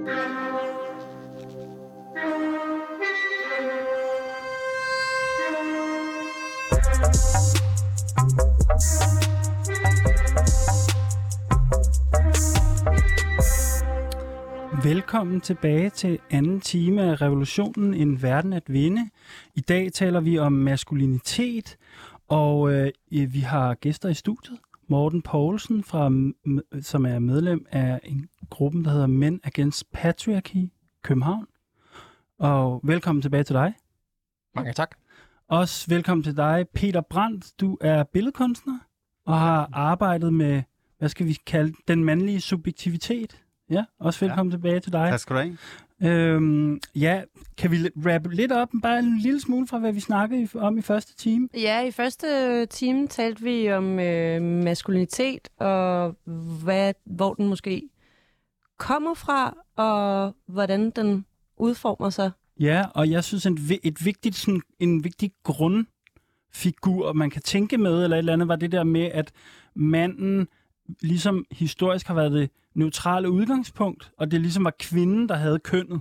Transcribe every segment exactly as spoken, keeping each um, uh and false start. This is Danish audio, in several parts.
Velkommen tilbage til anden time af Revolutionen, en verden at vinde. I dag taler vi om maskulinitet, og øh, vi har gæster i studiet. Morten Poulsen, fra, som er medlem af en gruppe, der hedder Men Against Patriarchy, København. Og velkommen tilbage til dig. Mange tak. Også velkommen til dig, Peter Brandt. Du er billedkunstner og har arbejdet med, hvad skal vi kalde, den mandlige subjektivitet. Ja, også velkommen ja. tilbage til dig. Tak skal du have. Øhm, ja, kan vi rappe lidt op, bare en lille smule fra, hvad vi snakkede om i første time? Ja, i første time talte vi om øh, maskulinitet, og hvad, hvor den måske kommer fra, og hvordan den udformer sig. Ja, og jeg synes, en, et vigtigt, sådan, en vigtig grundfigur, man kan tænke med, eller et eller andet, var det der med, at manden ligesom historisk har været det neutrale udgangspunkt, og det ligesom var kvinden, der havde kønnet.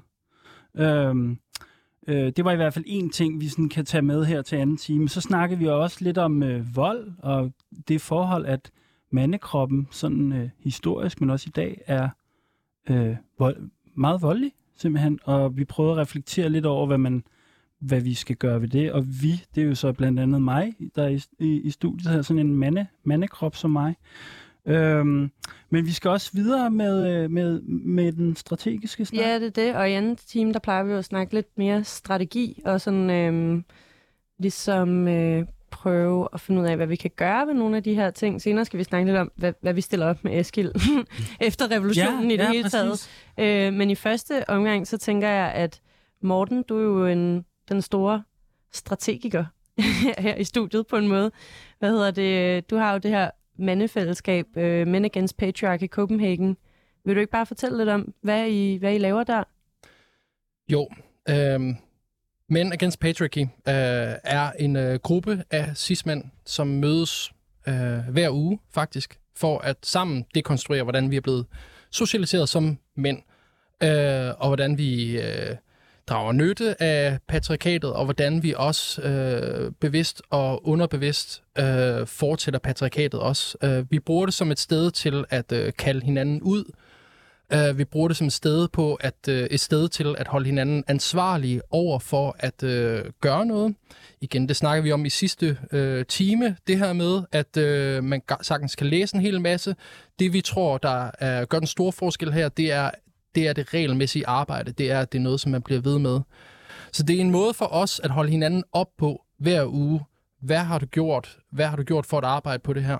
Øhm, øh, det var i hvert fald en ting, vi sådan kan tage med her til anden time. Så snakkede vi også lidt om øh, vold, og det forhold, at mandekroppen sådan øh, historisk, men også i dag, er øh, vold, meget voldelig, simpelthen. Og vi prøvede at reflektere lidt over, hvad man hvad vi skal gøre ved det. Og vi, det er jo så blandt andet mig, der er i, i, i studiet her, sådan en mande, mandekrop som mig. Øhm, men vi skal også videre med, med, med den strategiske snak. Ja, det er det. Og i anden time, der plejer vi jo at snakke lidt mere strategi, og sådan øhm, ligesom øh, prøve at finde ud af, hvad vi kan gøre ved nogle af de her ting. Senere skal vi snakke lidt om, hvad, hvad vi stiller op med Eskild efter revolutionen ja, i det ja, hele taget. Øh, men i første omgang, så tænker jeg, at Morten, du er jo en, den store strategiker her i studiet på en måde. Hvad hedder det? Du har jo det her mandefællesskab, uh, Men Against Patriarchy Copenhagen. Vil du ikke bare fortælle lidt om, hvad I, hvad I laver der? Jo, øh, Men Against Patriarchy øh, er en øh, gruppe af cis-mænd, som mødes øh, hver uge faktisk, for at sammen dekonstruere, hvordan vi er blevet socialiseret som mænd, øh, og hvordan vi øh, drager nytte af patriarkatet, og hvordan vi også øh, bevidst og underbevidst øh, fortsætter patriarkatet også. Øh, vi bruger det som et sted til at øh, kalde hinanden ud. Øh, vi bruger det som et sted, på at, øh, et sted til at holde hinanden ansvarlige over for at øh, gøre noget. Igen, det snakker vi om i sidste øh, time, det her med, at øh, man sagtens kan læse en hel masse. Det vi tror, der er, gør den store forskel her, det er det er det regelmæssige arbejde. Det er, det er noget, som man bliver ved med. Så det er en måde for os at holde hinanden op på hver uge. Hvad har du gjort? Hvad har du gjort for at arbejde på det her?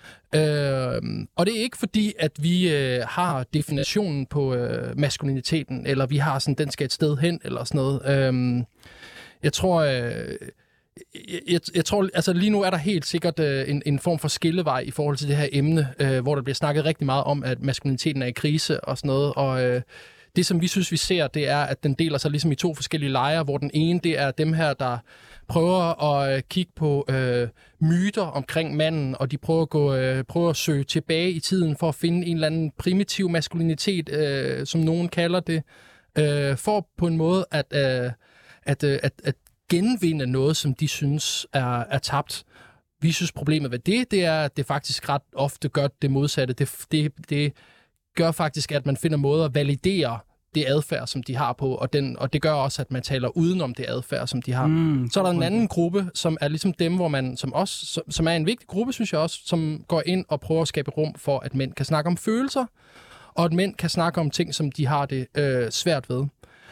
Øh, og det er ikke fordi, at vi øh, har definitionen på øh, maskuliniteten, eller vi har sådan, den skal et sted hen, eller sådan noget. Øh, jeg tror... Øh, Jeg, jeg tror, altså lige nu er der helt sikkert øh, en, en form for skillevej i forhold til det her emne, øh, hvor der bliver snakket rigtig meget om, at maskuliniteten er i krise og sådan noget, og øh, det, som vi synes, vi ser, det er, at den deler sig ligesom i to forskellige lejre, hvor den ene, det er dem her, der prøver at øh, kigge på øh, myter omkring manden, og de prøver at, gå, øh, prøver at søge tilbage i tiden for at finde en eller anden primitiv maskulinitet, øh, som nogen kalder det, øh, for på en måde at, øh, at, øh, at, at genvinde noget, som de synes er, er tabt. Vi synes, problemet ved det, det er, at det faktisk ret ofte gør det modsatte. Det, det, det gør faktisk, at man finder måder at validere det adfærd, som de har på, og, den, og det gør også, at man taler udenom det adfærd, som de har. Mm, så er der en anden gruppe, som er ligesom dem, hvor man, som, også, som, som er en vigtig gruppe, synes jeg også, som går ind og prøver at skabe rum for, at mænd kan snakke om følelser, og at mænd kan snakke om ting, som de har det øh, svært ved.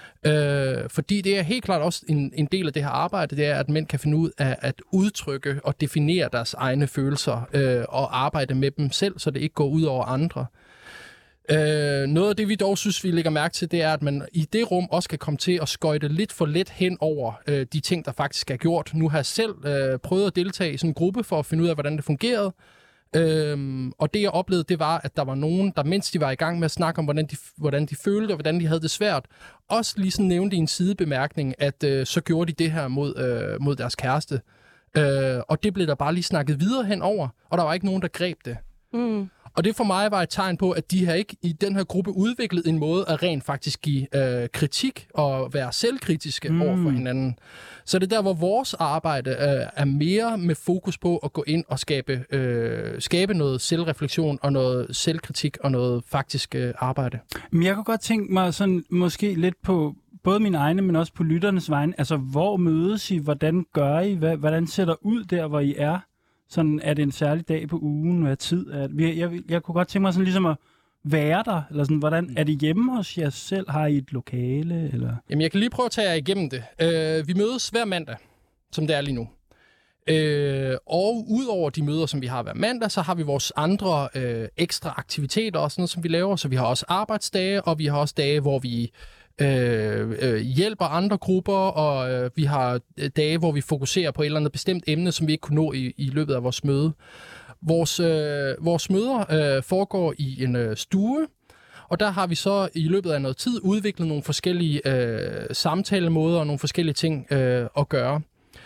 Øh, fordi det er helt klart også en, en del af det her arbejde, det er, at mænd kan finde ud af at udtrykke og definere deres egne følelser øh, og arbejde med dem selv, så det ikke går ud over andre. Øh, noget af det, vi dog synes, vi lægger mærke til, det er, at man i det rum også kan komme til at skøjte lidt for let hen over øh, de ting, der faktisk er gjort. Nu har jeg selv øh, prøvet at deltage i sådan en gruppe for at finde ud af, hvordan det fungerede. Øhm, og det jeg oplevede, det var, at der var nogen, der mens de var i gang med at snakke om, hvordan de, hvordan de følte og hvordan de havde det svært, også lige sådan nævnte i en sidebemærkning, at øh, så gjorde de det her mod, øh, mod deres kæreste. Øh, og det blev der bare lige snakket videre hen over, og der var ikke nogen, der greb det. Mm. Og det for mig var et tegn på, at de har ikke i den her gruppe udviklet en måde at rent faktisk give øh, kritik og være selvkritiske mm. over for hinanden. Så det er der, hvor vores arbejde øh, er mere med fokus på at gå ind og skabe, øh, skabe noget selvreflektion og noget selvkritik og noget faktisk øh, arbejde. Men jeg kunne godt tænke mig sådan måske lidt på både mine egne, men også på lytternes vegne. Altså, hvor mødes I? Hvordan gør I? Hvordan ser der ud der, hvor I er? Sådan, er det en særlig dag på ugen? Hvad tid er det? Jeg, jeg, jeg kunne godt tænke mig sådan ligesom at være der. Eller sådan, hvordan, er det hjemme hos jer selv? Har I et lokale? Eller? Jamen, jeg kan lige prøve at tage jer igennem det. Uh, vi mødes hver mandag, som det er lige nu. Uh, og udover de møder, som vi har hver mandag, så har vi vores andre uh, ekstra aktiviteter og sådan noget, som vi laver. Så vi har også arbejdsdage, og vi har også dage, hvor vi Øh, øh, hjælper andre grupper, og øh, vi har dage, hvor vi fokuserer på et eller andet bestemt emne, som vi ikke kunne nå i, i løbet af vores møde. Vores, øh, vores møder øh, foregår i en øh, stue, og der har vi så i løbet af noget tid udviklet nogle forskellige øh, samtalemåder og nogle forskellige ting øh, at gøre.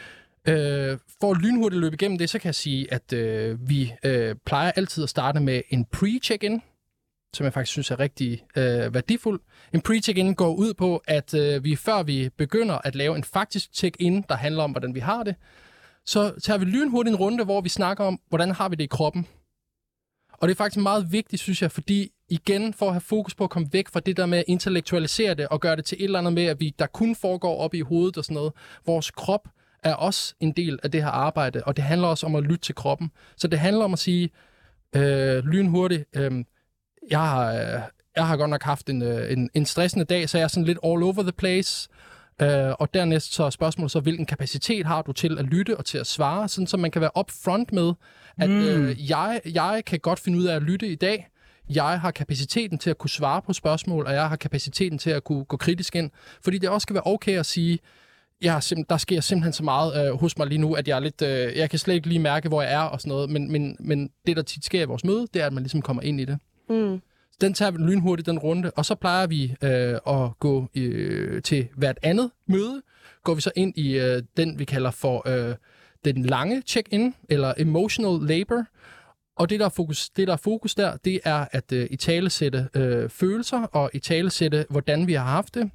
Øh, for at lynhurtigt løbe igennem det, så kan jeg sige, at øh, vi øh, plejer altid at starte med en pre-check-in, som jeg faktisk synes er rigtig øh, værdifuld. En pre-check-in går ud på, at øh, vi før vi begynder at lave en faktisk check-in, der handler om, hvordan vi har det, så tager vi lynhurtigt en runde, hvor vi snakker om, hvordan har vi det i kroppen. Og det er faktisk meget vigtigt, synes jeg, fordi igen, for at have fokus på at komme væk fra det der med at intellektualisere det, og gøre det til et eller andet med, at vi der kun foregår op i hovedet og sådan noget. Vores krop er også en del af det her arbejde, og det handler også om at lytte til kroppen. Så det handler om at sige øh, lynhurtigt, øh, Jeg har, jeg har godt nok haft en, en, en stressende dag, så jeg er sådan lidt all over the place. Uh, og dernæst så er spørgsmålet så, hvilken kapacitet har du til at lytte og til at svare, sådan så man kan være upfront med, at mm. uh, jeg, jeg kan godt finde ud af at lytte i dag. Jeg har kapaciteten til at kunne svare på spørgsmål, og jeg har kapaciteten til at kunne gå kritisk ind. Fordi det også skal være okay at sige, jeg sim- der sker simpelthen så meget uh, hos mig lige nu, at jeg er lidt, uh, jeg kan slet ikke lige mærke, hvor jeg er og sådan noget. Men, men, men det, der tit sker i vores møde, det er, at man ligesom kommer ind i det. Mm. Den tager vi lynhurtigt, den runde, og så plejer vi øh, at gå øh, til hvert andet møde. Går vi så ind i øh, den, vi kalder for øh, den lange check-in, eller emotional labor. Og det, der er fokus, det, der, er fokus der, det er at øh, italesætte øh, følelser, og italesætte, hvordan vi har haft det.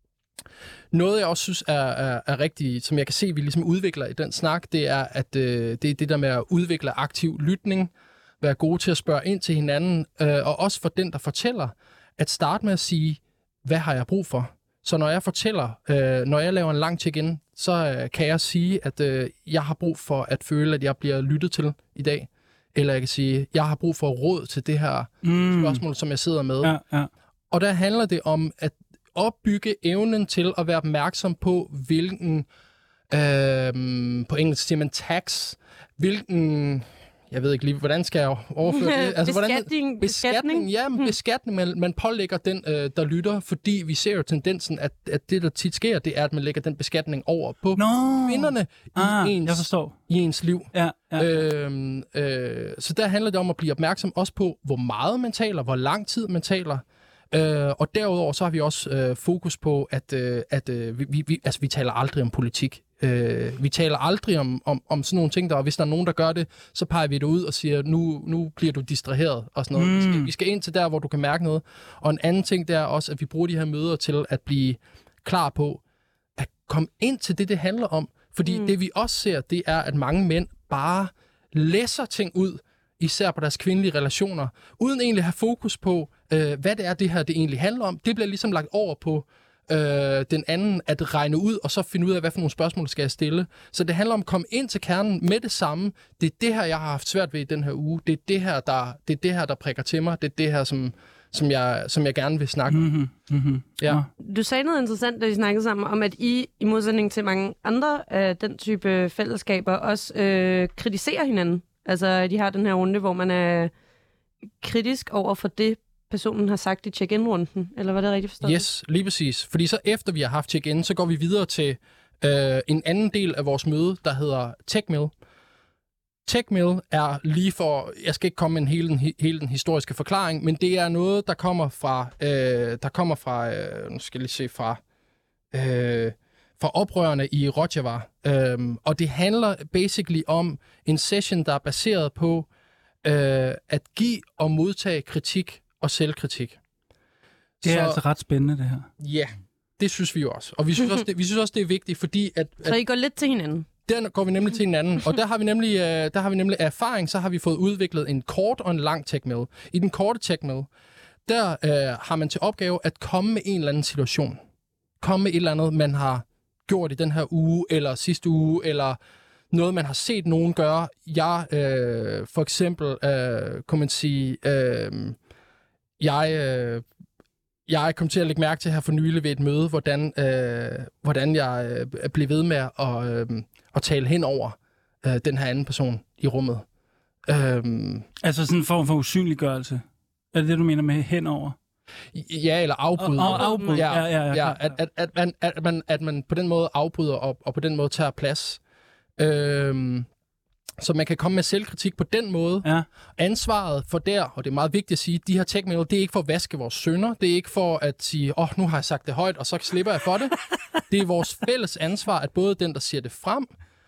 Noget, jeg også synes er, er, er rigtigt, som jeg kan se, vi ligesom udvikler i den snak, det er, at øh, det er det der med at udvikle aktiv lytning, være gode til at spørge ind til hinanden, øh, og også for den, der fortæller, at starte med at sige, hvad har jeg brug for? Så når jeg fortæller, øh, når jeg laver en lang check-in, så øh, kan jeg sige, at øh, jeg har brug for at føle, at jeg bliver lyttet til i dag. Eller jeg kan sige, jeg har brug for råd til det her mm. spørgsmål, som jeg sidder med. Ja, ja. Og der handler det om at opbygge evnen til at være opmærksom på, hvilken, øh, på engelsk siger man tax, hvilken... Jeg ved ikke lige, hvordan skal jeg overføre det? Altså, beskatning. Hvordan, beskatning, ja, hmm. beskatning, man, man pålægger den, øh, der lytter, fordi vi ser jo tendensen, at, at det, der tit sker, det er, at man lægger den beskatning over på no. kvinderne ah, i, ens, i ens liv. Ja, ja. Øhm, øh, så der handler det om at blive opmærksom også på, hvor meget man taler, hvor lang tid man taler. Øh, og derudover så har vi også øh, fokus på, at, øh, at øh, vi, vi, altså, vi taler aldrig om politik. Øh, vi taler aldrig om, om, om sådan nogle ting der, og hvis der er nogen, der gør det, så peger vi det ud og siger, nu, nu bliver du distraheret og sådan noget. Mm. Vi, skal, vi skal ind til der, hvor du kan mærke noget. Og en anden ting, det er også, at vi bruger de her møder til at blive klar på, at komme ind til det, det handler om. Fordi mm. det vi også ser, det er, at mange mænd bare læser ting ud, især på deres kvindelige relationer, uden egentlig at have fokus på, øh, hvad det er, det her det egentlig handler om. Det bliver ligesom lagt over på øh, den anden at regne ud, og så finde ud af, hvad for nogle spørgsmål skal jeg stille. Så det handler om at komme ind til kernen med det samme. Det er det her, jeg har haft svært ved i den her uge. Det er det her, der, det er det her, der prikker til mig. Det er det her, som, som, jeg, som jeg gerne vil snakke om. Mm-hmm. Mm-hmm. Ja. Du sagde noget interessant, da vi snakkede sammen, om at I, i modsætning til mange andre af den type fællesskaber, også øh, kritiserer hinanden. Altså, de har den her runde, hvor man er kritisk over for det, personen har sagt i check-in-runden. Eller var det rigtigt forstået? Yes, lige præcis. Fordi så efter vi har haft check-in, så går vi videre til øh, en anden del af vores møde, der hedder TechMill. TechMill er lige for, jeg skal ikke komme med en hele, den, hele den historiske forklaring, men det er noget, der kommer fra, øh, der kommer fra, øh, nu skal jeg lige se, fra... Øh, fra oprørerne i Rojava. Øhm, og det handler basically om en session, der er baseret på, øh, at give og modtage kritik og selvkritik. Det er så, altså ret spændende, det her. Ja, det synes vi jo også. Og vi synes også, det, vi synes også, det er vigtigt, fordi at... Så I går lidt til hinanden? Der går vi nemlig til hinanden, og der har vi nemlig, øh, der har vi nemlig erfaring, så har vi fået udviklet en kort og en lang tech-mail. I den korte tech-mail, der øh, har man til opgave at komme med en eller anden situation. Komme med et eller andet, man har gjort i den her uge, eller sidste uge, eller noget, man har set nogen gøre. Jeg, øh, for eksempel, øh, kunne man sige, øh, jeg... Øh, Jeg kom til at lægge mærke til her for nylig ved et møde, hvordan, øh, hvordan jeg øh, blev ved med at, øh, at tale hen over øh, den her anden person i rummet. Øhm, altså sådan en form for usynliggørelse? Er det det, du mener med henover? Ja, eller afbrud. Og, og afbrud, ja. ja, ja, ja, ja at, at, at, man, at, man, at man på den måde afbryder og, og på den måde tager plads. Øhm, Så man kan komme med selvkritik på den måde. Ja. Ansvaret for der, og det er meget vigtigt at sige, de her tech-mail, det er ikke for at vaske vores synder. Det er ikke for at sige, åh, oh, nu har jeg sagt det højt, og så slipper jeg for det. Det er vores fælles ansvar, at både den, der siger det frem,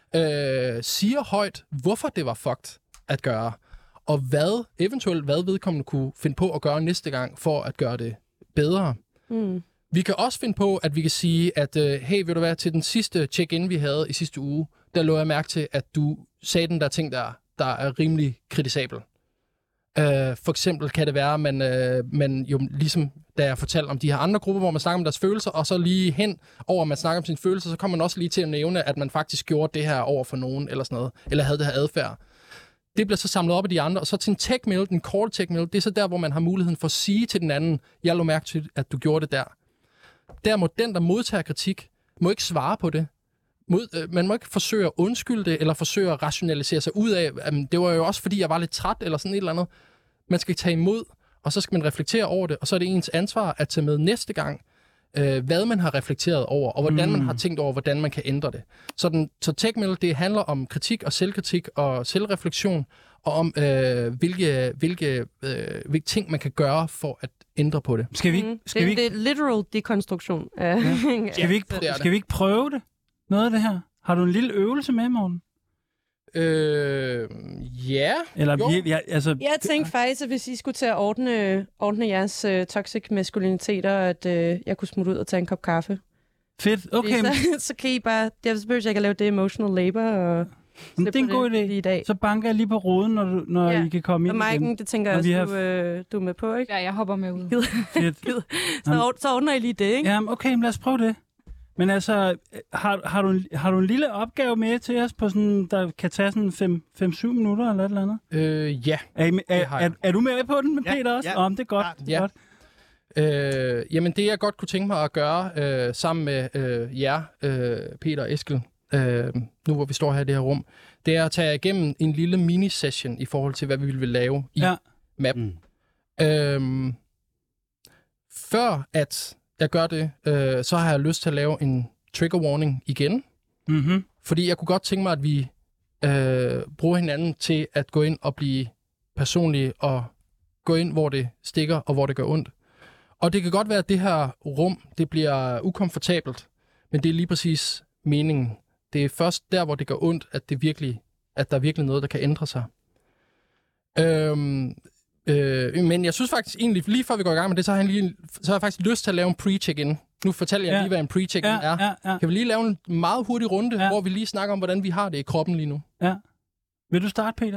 øh, siger højt, hvorfor det var fucked at gøre, og hvad, eventuelt hvad vedkommende kunne finde på at gøre næste gang, for at gøre det bedre. Mm. Vi kan også finde på, at vi kan sige, at øh, hey, vil du være til den sidste check-in, vi havde i sidste uge, der lå jeg mærke til, at du sagde den der ting, der, der er rimelig kritisabel. Øh, for eksempel kan det være, at man, øh, man jo ligesom, da jeg fortalte om de her andre grupper, hvor man snakker om deres følelser, og så lige hen over, at man snakker om sine følelser, så kommer man også lige til at nævne, at man faktisk gjorde det her over for nogen, eller sådan noget, eller havde det her adfærd. Det bliver så samlet op af de andre, og så til en tech-mail, den korte tech-mail, det er så der, hvor man har muligheden for at sige til den anden, jeg lå mærke til, at du gjorde det der. Der må den, der modtager kritik, må ikke svare på det. Mod, øh, man må ikke forsøge at undskylde det, eller forsøge at rationalisere sig ud af, at det var jo også, fordi jeg var lidt træt, eller sådan et eller andet. Man skal tage imod, og så skal man reflektere over det, og så er det ens ansvar at tage med næste gang, øh, hvad man har reflekteret over, og hvordan mm. man har tænkt over, hvordan man kan ændre det. Så, den, så tech-mail, det handler om kritik og selvkritik og selvreflektion, og om øh, hvilke, hvilke, øh, hvilke ting man kan gøre for at ændre på det. Skal vi ikke, skal det, vi ikke, det er literal dekonstruktion. Ja. skal, vi ikke, det skal vi ikke prøve det? Noget af det her? Har du en lille øvelse med, Morten? Øh, ja. Eller, jo. ja, altså, Jeg tænkte faktisk, at hvis I skulle til at ordne, ordne jeres uh, toxic maskuliniteter, at uh, jeg kunne smutte ud og tage en kop kaffe. Fedt, okay. Så, så kan I bare... Jeg behøver jeg ikke at lave det emotional labor og... Det er en god idé. I dag. Så banker jeg lige på roden, når, du, når ja. I kan komme ind og Maiken, igen. det tænker jeg også, har... du, øh, du er med på, ikke? Ja, jeg hopper med ud. Fedt. så, så ordner I lige det, ikke? Jamen, okay, lad os prøve det. Men altså, har, har, du en, har du en lille opgave med til os, på sådan, der kan tage sådan fem syv minutter eller et eller andet? Øh, ja. Er, I, er, er, er du med på den med ja, Peter også? Ja. Om det er godt. Ja. Det er Ja. godt. Øh, jamen, det jeg godt kunne tænke mig at gøre øh, sammen med øh, jer, øh, Peter og Eskil, øh, nu hvor vi står her i det her rum, det er at tage igennem en lille mini-session i forhold til, hvad vi vil lave i ja. map. Mm. Øh, før at jeg gør det, øh, så har jeg lyst til at lave en trigger warning igen. Mm-hmm. Fordi jeg kunne godt tænke mig, at vi øh, bruger hinanden til at gå ind og blive personlige og gå ind, hvor det stikker og hvor det gør ondt. Og det kan godt være, at det her rum, det bliver ukomfortabelt, men det er lige præcis meningen. Det er først der, hvor det gør ondt, at, det virkelig, at der er virkelig noget, der kan ændre sig. Øhm, øh, men jeg synes faktisk egentlig, lige før vi går i gang med det, så har jeg, lige, så har jeg faktisk lyst til at lave en pre-check-in. Nu fortæller jeg ja. lige, hvad en pre-check-in ja, er. Ja, ja. Kan vi lige lave en meget hurtig runde, ja. hvor vi lige snakker om, hvordan vi har det i kroppen lige nu? Ja. Vil du starte, Peter?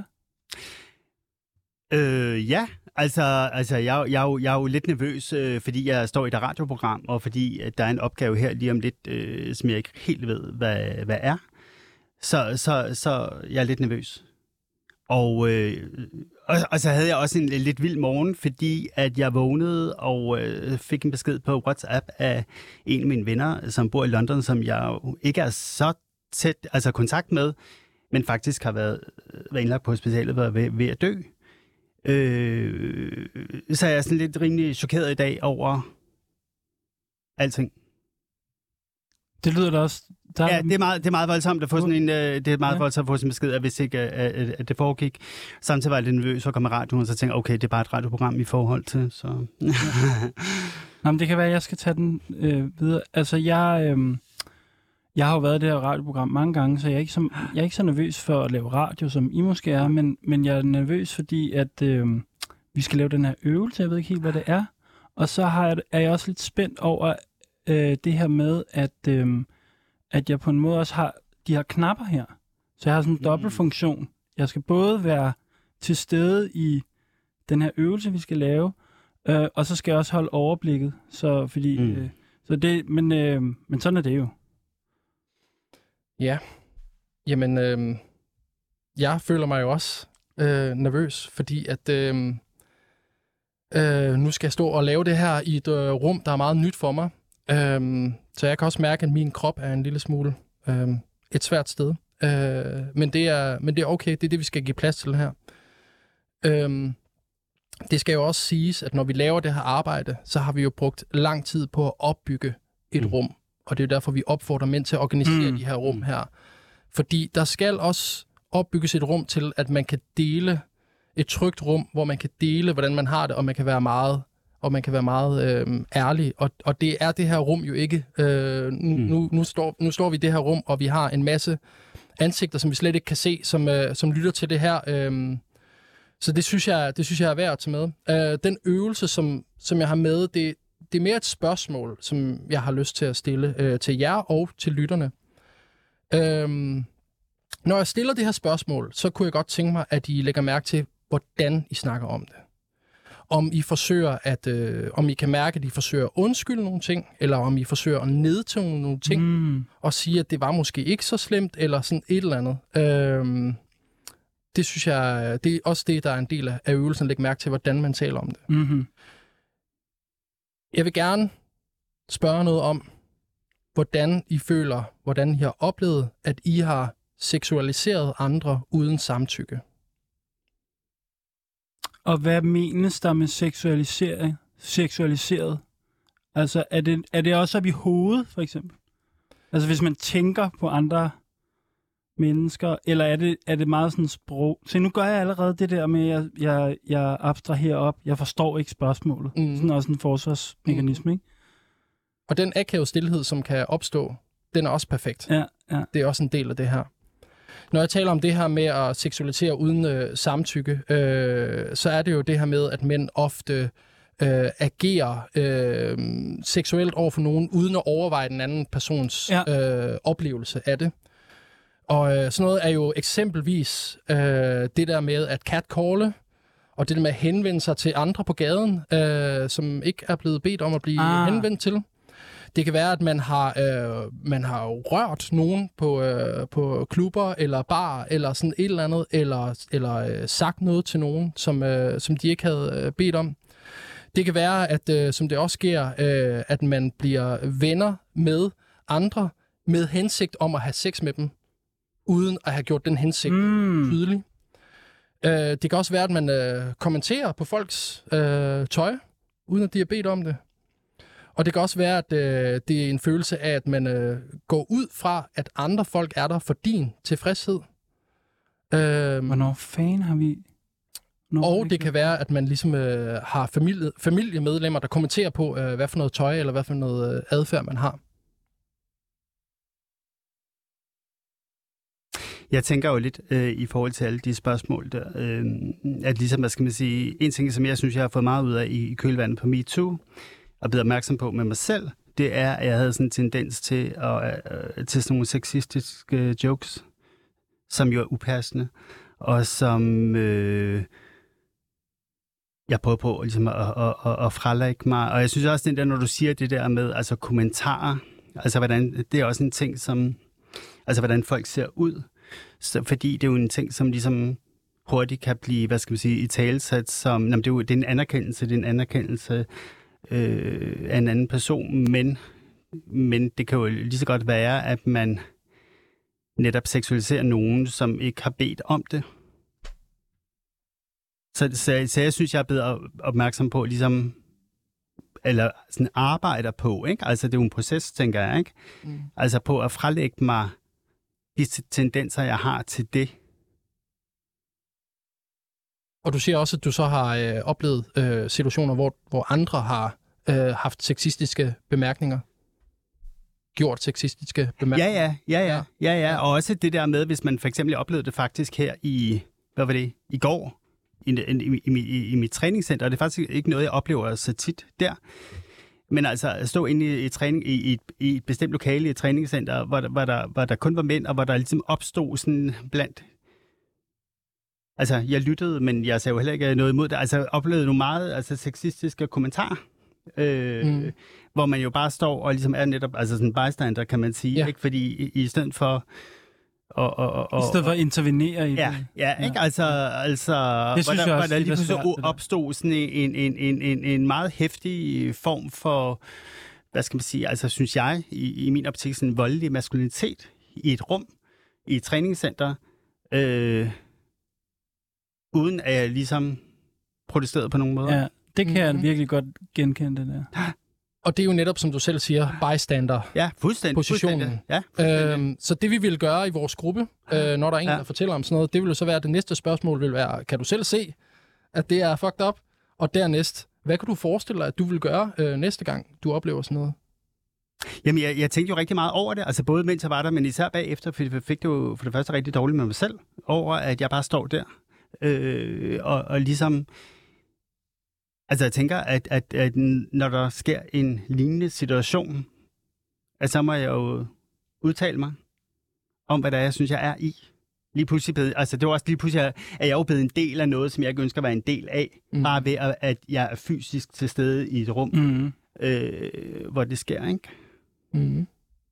Øh, ja, altså, altså jeg, jeg, er jo, jeg er jo lidt nervøs, øh, fordi jeg står i et radioprogram, og fordi at der er en opgave her lige om lidt, øh, som jeg ikke helt ved, hvad, hvad er. Så, så, så jeg er lidt nervøs. Og, øh, og, og så havde jeg også en lidt vild morgen, fordi at jeg vågnede og øh, fik en besked på WhatsApp af en af mine venner, som bor i London, som jeg jo ikke er så tæt altså kontakt med, men faktisk har været, været indlagt på hospitalet og ved, ved at dø. Øh, så jeg er sådan lidt rimelig chokeret i dag over alting. Det lyder da også... Der... Ja, det er, meget, det er meget voldsomt at få sådan en, det er meget ja. voldsomt at få sådan en besked, at hvis ikke at, at det foregik. Samtidig var jeg lidt nervøs for at komme i radioen, og så tænkte jeg, okay, det er bare et radioprogram i forhold til, så... Nå, men det kan være, at jeg skal tage den øh, videre. Altså, jeg... Øh... Jeg har jo været i det her radioprogram mange gange, så jeg er ikke så, jeg er ikke så nervøs for at lave radio, som I måske er, men, men jeg er nervøs, fordi at øh, vi skal lave den her øvelse. Jeg ved ikke helt, hvad det er. Og så har jeg, er jeg også lidt spændt over øh, det her med, at, øh, at jeg på en måde også har de her knapper her. Så jeg har sådan en mm. dobbeltfunktion. Jeg skal både være til stede i den her øvelse, vi skal lave, øh, og så skal jeg også holde overblikket. Så fordi, mm. øh, så det, men, øh, men sådan er det jo. Ja, jamen, øh, jeg føler mig jo også øh, nervøs, fordi at øh, øh, nu skal jeg stå og lave det her i et øh, rum, der er meget nyt for mig. Øh, så jeg kan også mærke, at min krop er en lille smule øh, et svært sted. Øh, men, det er, men det er okay, det er det, vi skal give plads til her. Øh, det skal jo også siges, at når vi laver det her arbejde, så har vi jo brugt lang tid på at opbygge et mm. rum. Og det er derfor, vi opfordrer mænd til at organisere mm. de her rum her. Fordi der skal også opbygges et rum til, at man kan dele et trygt rum, hvor man kan dele, hvordan man har det, og man kan være meget, og man kan være meget øh, ærlig. Og, og det er det her rum jo ikke. Øh, nu, mm. nu, nu, står, nu står vi i det her rum, og vi har en masse ansigter, som vi slet ikke kan se, som, øh, som lytter til det her. Øh, så det synes, jeg, det synes jeg er værd at tage med. Øh, den øvelse, som, som jeg har med, det Det er mere et spørgsmål, som jeg har lyst til at stille øh, til jer og til lytterne. Øhm, når jeg stiller det her spørgsmål, så kunne jeg godt tænke mig, at I lægger mærke til, hvordan I snakker om det. Om I forsøger at, øh, om I kan mærke, at I forsøger at undskylde nogle ting, eller om I forsøger at nedtone nogle ting, mm. og sige, at det var måske ikke så slemt, eller sådan et eller andet. Øhm, det synes jeg, det er også det, der er en del af øvelsen, at lægge mærke til, hvordan man taler om det. Mm-hmm. Jeg vil gerne spørge noget om, hvordan I føler, hvordan I har oplevet, at I har seksualiseret andre uden samtykke. Og hvad menes der med seksualisering? Seksualiseret? Altså, er det, er det også op i hovedet, for eksempel? Altså, hvis man tænker på andre mennesker, eller er det, er det meget sådan sprog? Så nu gør jeg allerede det der med, at jeg, jeg, jeg abstraherer op. Jeg forstår ikke spørgsmålet. Mm. Sådan også en forsvarsmekanisme, mm. ikke? Og den akavede stillhed, som kan opstå, den er også perfekt. Ja, ja. Det er også en del af det her. Når jeg taler om det her med at seksualisere uden øh, samtykke, øh, så er det jo det her med, at mænd ofte øh, agerer øh, seksuelt over for nogen, uden at overveje den anden persons ja. øh, oplevelse af det. Og øh, sådan noget er jo eksempelvis øh, det der med at catcalle, og det der med at henvende sig til andre på gaden, øh, som ikke er blevet bedt om at blive ah. henvendt til. Det kan være, at man har, øh, man har rørt nogen på, øh, på klubber eller bar, eller sådan et eller andet, eller, eller øh, sagt noget til nogen, som, øh, som de ikke havde øh, bedt om. Det kan være, at øh, som det også sker, øh, at man bliver venner med andre med hensigt om at have sex med dem, uden at have gjort den hensigt mm. tydelig. Øh, det kan også være, at man øh, kommenterer på folks øh, tøj, uden at de har bedt om det. Og det kan også være, at øh, det er en følelse af, at man øh, går ud fra, at andre folk er der for din tilfredshed. Øh, Hvornår fanden har vi... Hvornår og det kan være, at man ligesom øh, har familie, familiemedlemmer, der kommenterer på, øh, hvad for noget tøj, eller hvad for noget øh, adfærd man har. Jeg tænker jo lidt øh, i forhold til alle de spørgsmål der, øh, at ligesom, hvad skal man sige, en ting, som jeg synes, jeg har fået meget ud af i kølvandet på MeToo, og blevet opmærksom på med mig selv, det er, at jeg havde sådan en tendens til, at, øh, til sådan nogle sexistiske jokes, som jo er upassende, og som øh, jeg prøver på ligesom, at, at, at, at frelægge mig. Og jeg synes også, den der, når du siger det der med altså, kommentarer, altså hvordan, det er også en ting, som, altså hvordan folk ser ud. Så, fordi det er jo en ting, som ligesom hurtigt kan blive, hvad skal man sige, i talesat som, jamen, det er jo det er en anerkendelse, det er en anerkendelse øh, af en anden person, men, men det kan jo lige så godt være, at man netop seksualiserer nogen, som ikke har bedt om det. Så, så, så jeg synes, jeg er blevet opmærksom på, ligesom, eller sådan arbejder på, ikke? Altså det er jo en proces, tænker jeg, ikke? Mm. Altså på at frelægge mig de tendenser, jeg har til det. Og du siger også, at du så har øh, oplevet øh, situationer, hvor, hvor andre har øh, haft sexistiske bemærkninger. gjort sexistiske bemærkninger. Ja, ja, ja, ja, ja, ja. Og også det der med, hvis man for eksempel oplevede det faktisk her i, hvad var det, i går, i, i, i, i, i mit træningscenter, og det er faktisk ikke noget, jeg oplever så tit der. Men altså at stå inde i, i, træning, i, i, i et bestemt lokale i et træningscenter, hvor der, hvor, der, hvor der kun var mænd, og hvor der ligesom opstod sådan blandt... Altså, jeg lyttede, men jeg sagde jo heller ikke noget imod det. Altså, jeg oplevede nogle meget altså, sexistiske kommentarer, øh, mm. hvor man jo bare står og ligesom er netop altså sådan bystander, kan man sige. Ja. Ikke? Fordi i, i stedet for... Og, og, og, I stedet for at intervenere i ja, det. Ja, ikke? Altså, altså det synes hvor der, jeg også, hvor der lige pludselig svært, opstod sådan en, en, en, en, en meget heftig form for, hvad skal man sige, altså synes jeg, i, i min optik, sådan en voldelig maskulinitet i et rum, i et træningscenter, øh, uden at jeg ligesom protesterede på nogen måde. Ja, det kan jeg virkelig godt genkende, det der. Og det er jo netop, som du selv siger, bystander. Ja, fuldstændig. Positionen. Fuldstændig. Ja, fuldstændig. Øhm, så det vi vil gøre i vores gruppe, øh, når der er en, ja. der fortæller om sådan noget, det vil jo så være, at det næste spørgsmål vil være, kan du selv se, at det er fucked up? Og dernæst, hvad kan du forestille dig, at du vil gøre øh, næste gang, du oplever sådan noget? Jamen, jeg, jeg tænkte jo rigtig meget over det, altså både mens jeg var der, men især bagefter, fordi jeg fik det jo for det første rigtig dårligt med mig selv, over at jeg bare står der, øh, og, og ligesom... Altså, jeg tænker, at, at, at når der sker en lignende situation, at så må jeg jo udtale mig om, hvad der er, jeg synes, jeg er i. Lige pludselig blevet, altså det var også lige pludselig, at jeg er jo blevet en del af noget, som jeg ikke ønsker at være en del af, mm. bare ved, at, at jeg er fysisk til stede i et rum, mm. øh, hvor det sker, ikke? Mm.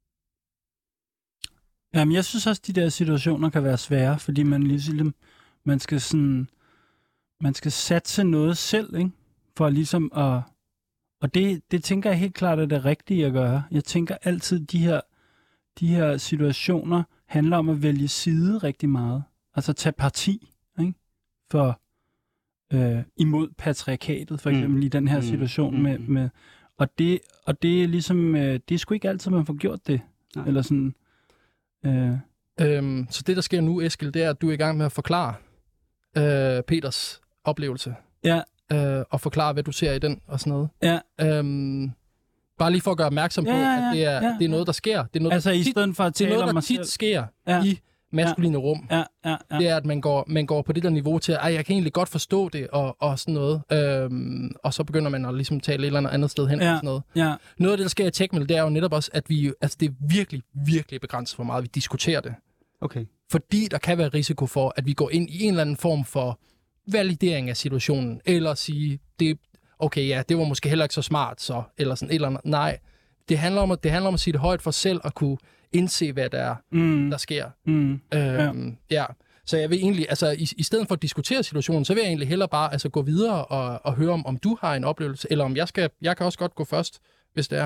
Jamen, jeg synes også, de der situationer kan være svære, fordi man ligesom, man skal sådan, man skal satse noget selv, ikke? For ligesom at... Og det, det tænker jeg helt klart er det rigtige at gøre. Jeg tænker altid, de her, de her situationer handler om at vælge side rigtig meget. Altså tage parti, ikke? For øh, imod patriarkatet, for eksempel mm. i den her situation. Mm. med, med og, det, og det er ligesom... Øh, det er sgu ikke altid, man får gjort det. Nej. Eller sådan... Øh. Øhm, så det, der sker nu, Eskil, det er, at du er i gang med at forklare øh, Peters oplevelse. Ja. Øh, og forklare, hvad du ser i den og sådan noget. Ja. Øhm, bare lige for at gøre opmærksom på, ja, ja, ja, at det er, ja. det er noget, der sker. Det er noget, altså der i tit, stedet for at tale det er noget, om der mig tit selv. sker Ja. i maskuline ja. rum. Ja, ja, ja. Det er, at man går, man går på det der niveau til, at jeg kan egentlig godt forstå det, og, og sådan noget. Øhm, og så begynder man at ligesom tale et eller andet andet sted hen. Ja. Og sådan noget. Ja. Noget af det, der sker i TechMill, det er jo netop også, at vi, altså det er virkelig, virkelig begrænset, hvor meget vi diskuterer det. Okay. Fordi der kan være risiko for, at vi går ind i en eller anden form for validering af situationen, eller sige, det, okay, ja, det var måske heller ikke så smart, så, eller sådan et eller andet. Nej, det handler om at, det handler om at sige det højt for selv at kunne indse, hvad der er, mm. der sker. Mm. Øhm, ja. ja. Så jeg vil egentlig, altså i, i stedet for at diskutere situationen, så vil jeg egentlig hellere bare altså, gå videre og, og høre om, om du har en oplevelse, eller om jeg skal, jeg kan også godt gå først, hvis det er.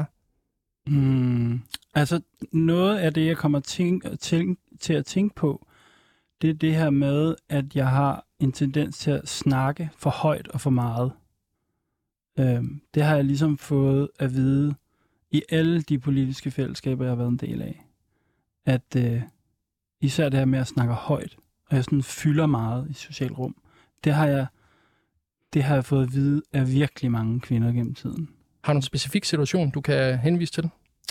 Mm. Altså, noget af det, jeg kommer tænk, tænk, til at tænke på, det er det her med, at jeg har en tendens til at snakke for højt og for meget. Øhm, det har jeg ligesom fået at vide i alle de politiske fællesskaber, jeg har været en del af. At øh, især det her med at snakke højt, og jeg sådan fylder meget i socialt rum, det har jeg, det har jeg fået at vide af virkelig mange kvinder gennem tiden. Har du en specifik situation, du kan henvise til?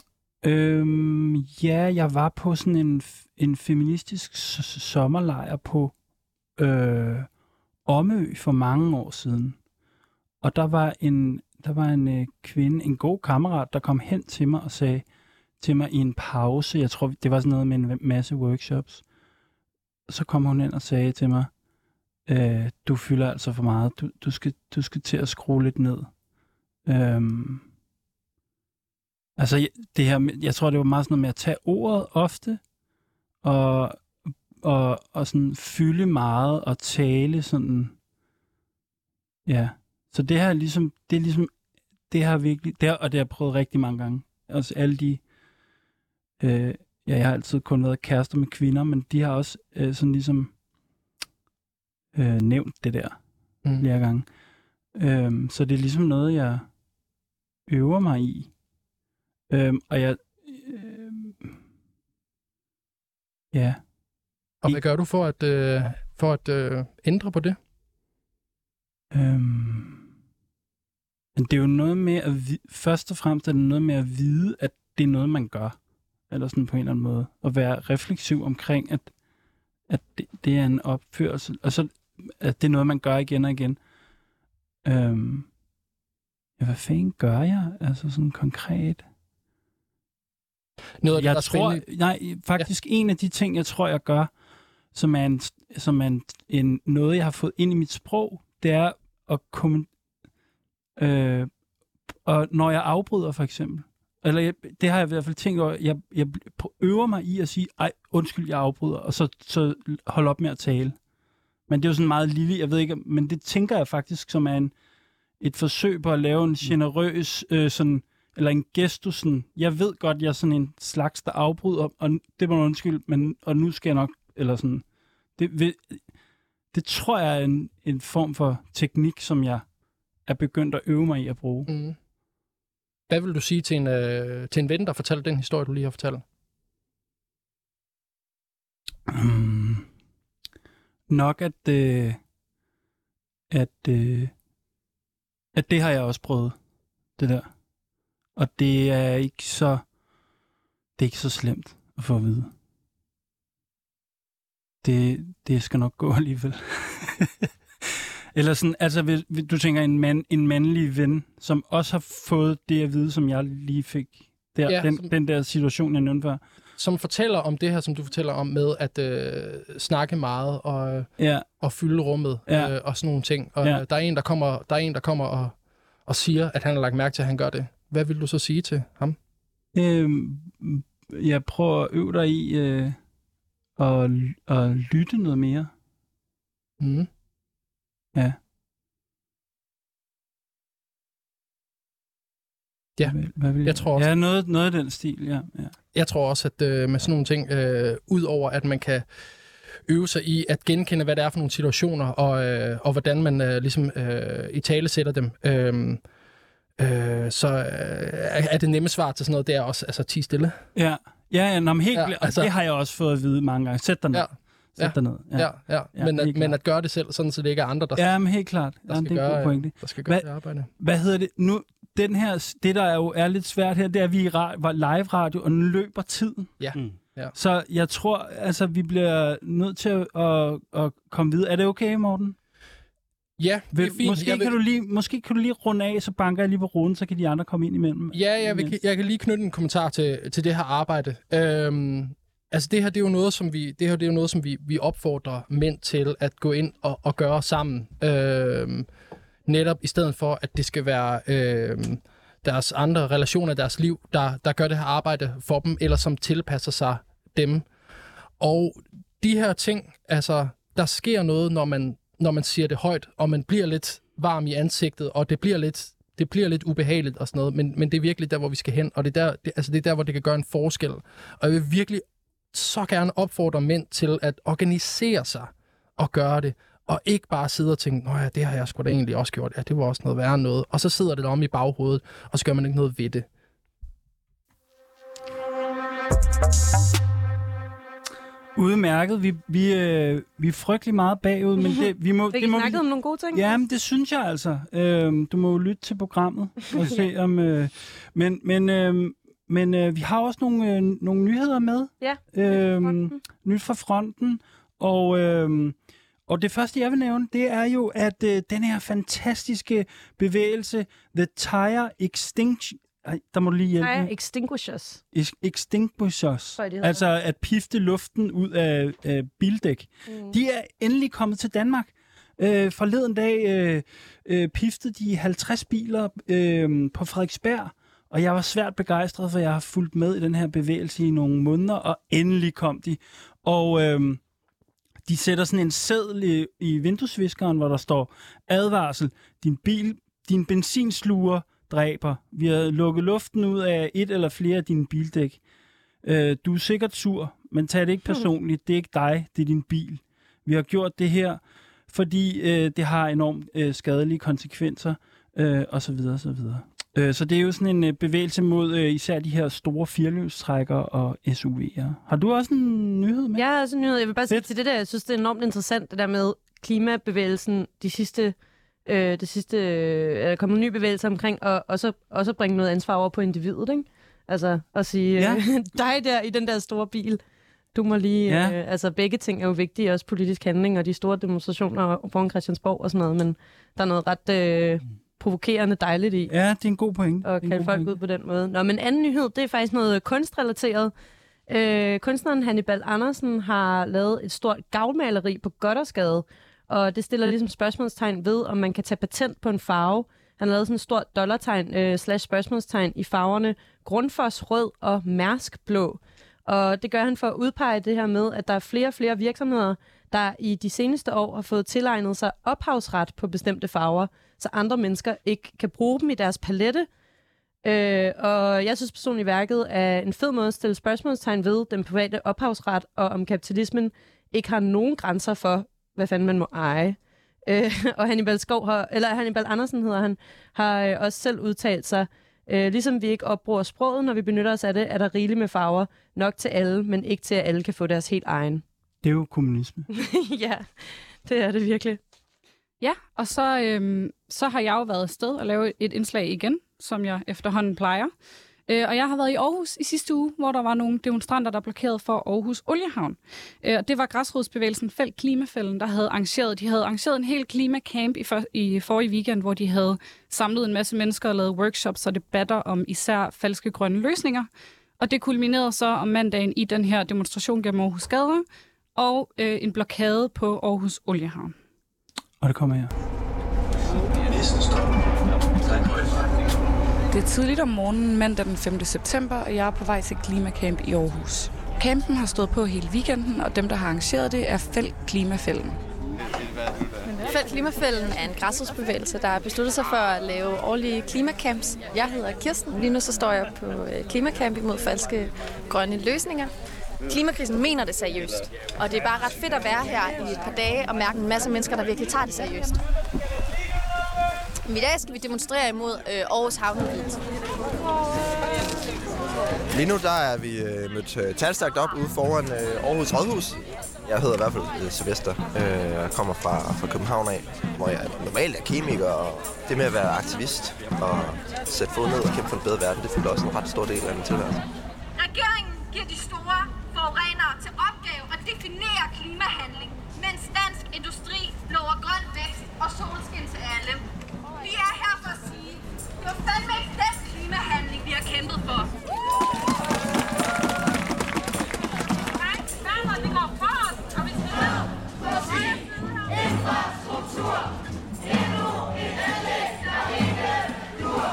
Øhm, ja, jeg var på sådan en, en feministisk s- sommerlejr på øh, Omø for mange år siden. Og der var en, der var en øh, kvinde, en god kammerat, der kom hen til mig og sagde til mig i en pause, jeg tror, det var sådan noget med en masse workshops, så kom hun ind og sagde til mig, øh, du fylder altså for meget, du, du, skal, du skal til at skrue lidt ned. Øhm, altså, det her, jeg tror, det var meget sådan noget med at tage ordet ofte, og, og, og sådan fylde meget, og tale sådan, ja. Så det her ligesom, det er ligesom, det har virkelig, det har, og det har jeg prøvet rigtig mange gange. Altså alle de, øh, ja, jeg har altid kun været kærester med kvinder, men de har også øh, sådan ligesom øh, nævnt det der mm. flere gange. Øhm, så det er ligesom noget, jeg øver mig i. Øhm, og jeg, øh, ja. Og hvad gør du for at, øh, for at øh, ændre på det? Øhm, men det er jo noget med at vide, først og fremmest er det noget med at vide, at det er noget, man gør. eller sådan på en eller anden måde. At være refleksiv omkring, at, at det, det er en opførsel, og så at det er noget, man gør igen og igen. Øhm, ja, hvad fanden gør jeg? Altså sådan konkret. Noget af det, jeg der er tror, spændende. nej, faktisk ja. En af de ting, jeg tror, jeg gør, som er, en, som er en, en, noget, jeg har fået ind i mit sprog, det er at komme... Øh, og når jeg afbryder, for eksempel, eller jeg, det har jeg i hvert fald tænkt over, jeg, jeg øver mig i at sige, ej, undskyld, jeg afbryder, og så, så hold op med at tale. Men det er jo sådan meget lille, jeg ved ikke, men det tænker jeg faktisk, som er en, et forsøg på at lave en generøs, øh, sådan, eller en gestus, sådan, jeg ved godt, jeg er sådan en slags, der afbryder, og det må du undskylde, men, og nu skal jeg nok, eller sådan, det, det, det tror jeg er en, en form for teknik, som jeg er begyndt at øve mig i at bruge. Mm. Hvad vil du sige til en, øh, til en ven, der fortæller den historie, du lige har fortalt? Um, nok, at, øh, at, øh, at det har jeg også prøvet, det der. Og det er ikke så, det er ikke så slemt at få at vide. Det, det skal nok gå alligevel. Eller sådan, altså hvis, hvis du tænker en, mand, en mandlig ven, som også har fået det at vide, som jeg lige fik. Der, Ja, den, som... den der situation, jeg nævnte før. Som fortæller om det her, som du fortæller om med at øh, snakke meget og, ja. og fylde rummet ja. øh, og sådan nogle ting. Og ja. der er en, der kommer, der er en, der kommer og, og siger, at han har lagt mærke til, at han gør det. Hvad vil du så sige til ham? Øhm, jeg prøver at øve dig i øh, at, at lytte noget mere. Mm. Ja. Ja, hvad, hvad vil jeg, jeg tror også... Ja, noget, noget af den stil, ja. ja. Jeg tror også, at øh, med sådan nogle ting, øh, ud over at man kan øve sig i at genkende, hvad det er for nogle situationer, og, øh, og hvordan man øh, ligesom øh, i tale sætter dem, øh, øh, så øh, er det nemme svar til sådan noget, det er også altså, ti stille. Ja, ja, ja nå, men helt ja, altså... det har jeg også fået at vide mange gange. Sæt dig ned. Ja. Sæt ja. dig ned. Ja, ja. ja. ja men, at, men at gøre det selv, sådan så det ikke er andre, der, ja, men helt klart. der, ja, skal, det er gøre, pointe. der skal gøre hvad, det arbejde. Hvad hedder det? Nu, den her, det der er jo er lidt svært her, det er, at vi er live radio, og nu løber tiden. Ja. Mm. Ja. Så jeg tror, altså, vi bliver nødt til at, at, at komme videre. Er det okay, Morten? Ja, det er fint. Måske, vil... kan du lige, måske kan du lige runde af, så banker jeg lige på ruden, så kan de andre komme ind imellem. Ja, jeg, vil, jeg kan lige knytte en kommentar til, til det her arbejde. Øhm, altså det her, det er jo noget, som vi, det her, det er jo noget, som vi, vi opfordrer mænd til at gå ind og, og gøre sammen. Øhm, netop i stedet for, at det skal være øhm, deres andre relationer i deres liv, der, der gør det her arbejde for dem, eller som tilpasser sig dem. Og de her ting, altså, der sker noget, når man når man siger det højt, og man bliver lidt varm i ansigtet, og det bliver lidt, det bliver lidt ubehageligt og sådan noget, men, men det er virkelig der, hvor vi skal hen, og det er, der, det, altså det er der, hvor det kan gøre en forskel. Og jeg vil virkelig så gerne opfordre mænd til at organisere sig og gøre det, og ikke bare sidde og tænke, nå ja, det har jeg sgu da egentlig også gjort, ja, det var også noget værre noget, og så sidder det der om i baghovedet, og så gør man ikke noget ved det. Udmærket. Vi, vi, øh, vi er frygtelig meget bagud, men det, vi må... Fik det I må snakket vi, om nogle gode ting? Ja, men det synes jeg altså. Øhm, du må jo lytte til programmet og se om... Øh, men men, øh, men øh, vi har også nogle, øh, nogle nyheder med. Ja, øhm, nyt fra fronten. Og, øh, og det første, jeg vil nævne, det er jo, at øh, den her fantastiske bevægelse, The Tire Extinction... Ej, der må du lige hjælpe. Tire Extinguishers. Extinguishers. Det altså at pifte luften ud af, af bildæk. Mm. De er endelig kommet til Danmark. Øh, forleden dag øh, øh, piftede de halvtreds biler øh, på Frederiksberg, og jeg var svært begejstret, for jeg har fulgt med i den her bevægelse i nogle måneder, og endelig kom de. Og øh, de sætter sådan en seddel i, i vinduesviskeren, hvor der står advarsel, din bil, din benzinsluger dræber. Vi har lukket luften ud af et eller flere af dine bildæk. Øh, du er sikkert sur, men tag det ikke personligt. Det er ikke dig, det er din bil. Vi har gjort det her, fordi øh, det har enormt øh, skadelige konsekvenser, øh, og så videre, og så videre. Øh, så det er jo sådan en øh, bevægelse mod øh, især de her store firehjulstrækkere og S U V'er. Har du også en nyhed med? Jeg har også en nyhed. Jeg vil bare sige Fedt. til det der, jeg synes, det er enormt interessant, det der med klimabevægelsen de sidste... Øh, det sidste, øh, er der kommet en ny bevægelse omkring, og, og så også bringe noget ansvar over på individet, ikke? Altså at sige, Ja. øh, dig der i den der store bil, du må lige... Ja. Øh, altså begge ting er jo vigtige, også politisk handling og de store demonstrationer foran Christiansborg og sådan noget, men der er noget ret øh, provokerende dejligt i Ja, det er en god point. at Det er en kalde god folk point. ud på den måde. Nå, men anden nyhed, det er faktisk noget kunstrelateret. Øh, kunstneren Hannibal Andersen har lavet et stort gavlmaleri på Gothersgade, og det stiller ligesom spørgsmålstegn ved, om man kan tage patent på en farve. Han har lavet sådan et stort dollartegn øh, slash spørgsmålstegn i farverne Grundfos rød og Mærsk blå. Og det gør han for at udpege det her med, at der er flere og flere virksomheder, der i de seneste år har fået tilegnet sig ophavsret på bestemte farver, så andre mennesker ikke kan bruge dem i deres palette. Øh, og jeg synes personligt, værket er en fed måde at stille spørgsmålstegn ved den private ophavsret, og om kapitalismen ikke har nogen grænser for, hvad fanden man må eje. Øh, og Hannibal Skov har, eller Hannibal Andersen hedder han, har øh, også selv udtalt sig, øh, ligesom vi ikke opbruger sproget, når vi benytter os af det, er der rigeligt med farver nok til alle, men ikke til, at alle kan få deres helt egen. Det er jo kommunisme. Ja, det er det virkelig. Ja, og så, øhm, så har jeg jo været afsted og lavet et indslag igen, som jeg efterhånden plejer. Øh, og jeg har været i Aarhus i sidste uge, hvor der var nogle demonstranter, der blokerede for Aarhus Oliehavn. Øh, og det var græsrodsbevægelsen Fældt Klimafælden, der havde arrangeret. De havde arrangeret en hel klimacamp i, for, i forrige weekend, hvor de havde samlet en masse mennesker og lavet workshops og debatter om især falske grønne løsninger. Og det kulminerede så om mandagen i den her demonstration gennem Aarhus gader og øh, en blokade på Aarhus Oliehavn. Og det kommer her. Det er tidligt om morgenen mandag den femte september, og jeg er på vej til Klimacamp i Aarhus. Campen har stået på hele weekenden, og dem, der har arrangeret det, er Fældt Klimafælden. Fældt Klimafælden er en græsrodsbevægelse, der har besluttet sig for at lave årlige klimacamps. Jeg hedder Kirsten. Lige nu så står jeg på klimacamp imod falske grønne løsninger. Klimakrisen mener det seriøst, og det er bare ret fedt at være her i et par dage og mærke en masse mennesker, der virkelig tager det seriøst. I dag skal vi demonstrere imod øh, Aarhus Havneudvidelse. Lige nu der er vi øh, mødt øh, talstærkt op ude foran øh, Aarhus Rådhus. Jeg hedder i hvert fald øh, Sylvester. Øh, jeg kommer fra, fra København af, hvor jeg normalt er kemiker, og det med at være aktivist og sætte fod ned og kæmpe for en bedre verden, det fylder også en ret stor del af min tilværelse. Regeringen giver de store forurenere til opgave at definere klimahandling, mens dansk industri lover grøn vækst og solskin til alle. Vi er her for at sige, det var fandme ikke den klimahandling, vi har kæmpet for. Nej, fandme, det går for os, og vi skal ned. Fossil infrastruktur. Endnu et anlæg, der ikke dur.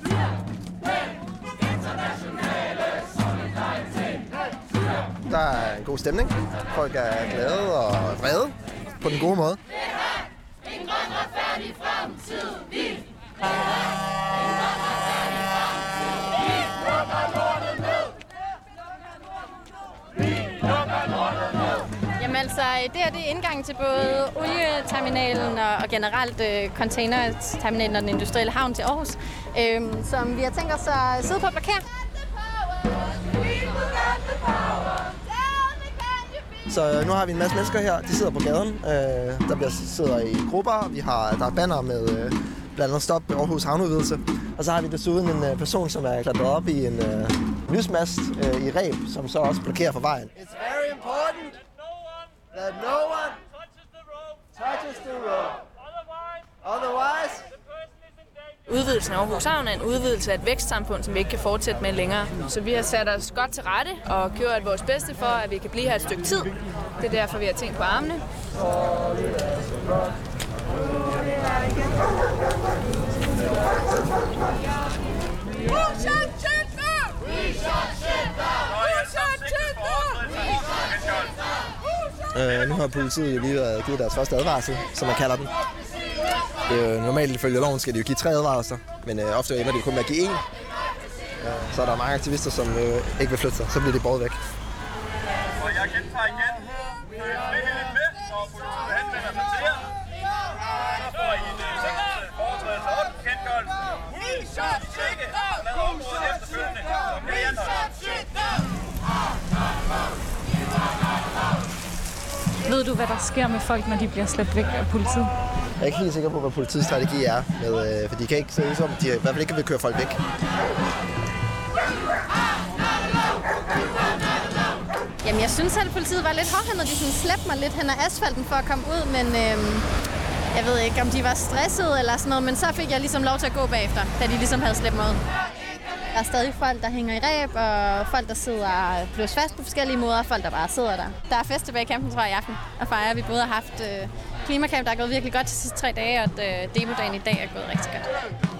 Den internationale solidaritet. Der er en god stemning. Folk er glade og vrede på den gode måde. En grøn retfærdig fremtid, vi Jamen altså, det her det er indgangen til både olieterminalen og, og generelt øh, containerterminalen og den industrielle havn til Aarhus, øh, som vi har tænkt os at sidde på og blokere. Så nu har vi en masse mennesker her. De sidder på gaden. Øh, der bliver sidder i grupper. Vi har der er banner med øh, blandt andet stop Aarhus Havneudvidelse. Og så har vi desuden en øh, person, som er klatret op i en øh, lysmast øh, i reb, som så også blokerer for vejen. It's very important that no one touches the road. Otherwise, Udvidelsen af Aarhus Havn er en udvidelse af et vækstsamfund, som vi ikke kan fortsætte med længere. Så vi har sat os godt til rette og gjort vores bedste for, at vi kan blive her et stykke tid. Det er derfor, vi har tænkt på armene. øh, nu har politiet lige været givet deres første advarsel, som man kalder den. Det er jo, normalt ifølge loven skal de jo give tre advarsler, men øh, ofte ender de kun med at give én. Så er der mange aktivister, som øh, ikke vil flytte sig, så bliver de båret væk. Og jeg gentager igen. Følg frivilligt med, når politiet henvender sig til jer. Så får I en sikkerhed foretrædelse op på kendtgørelsen. Hvis ikke, lad området efterfølgende som mere Ved du, hvad der sker med folk, når de bliver slæbt væk af politiet? Jeg er ikke helt sikker på, hvad politiets strategi er, med, øh, for de kan ikke se ud som, de i hvert fald ikke vil køre folk væk. Jamen, jeg synes, at politiet var lidt hårdhændet. De sådan slæbte mig lidt hen ad asfalten for at komme ud, men øhm, jeg ved ikke, om de var stressede eller sådan noget, men så fik jeg ligesom lov til at gå bagefter, da de ligesom havde slæbt mig ud. Der er stadig folk, der hænger i ræb, og folk, der sidder bløs fast på forskellige måder, og folk, der bare sidder der. Der er fest tilbage i campen, tror jeg, i aften, og fejrer. Vi både har haft øh, klimakamp, der er gået virkelig godt de sidste tre dage, og øh, demodagen i dag er gået rigtig godt.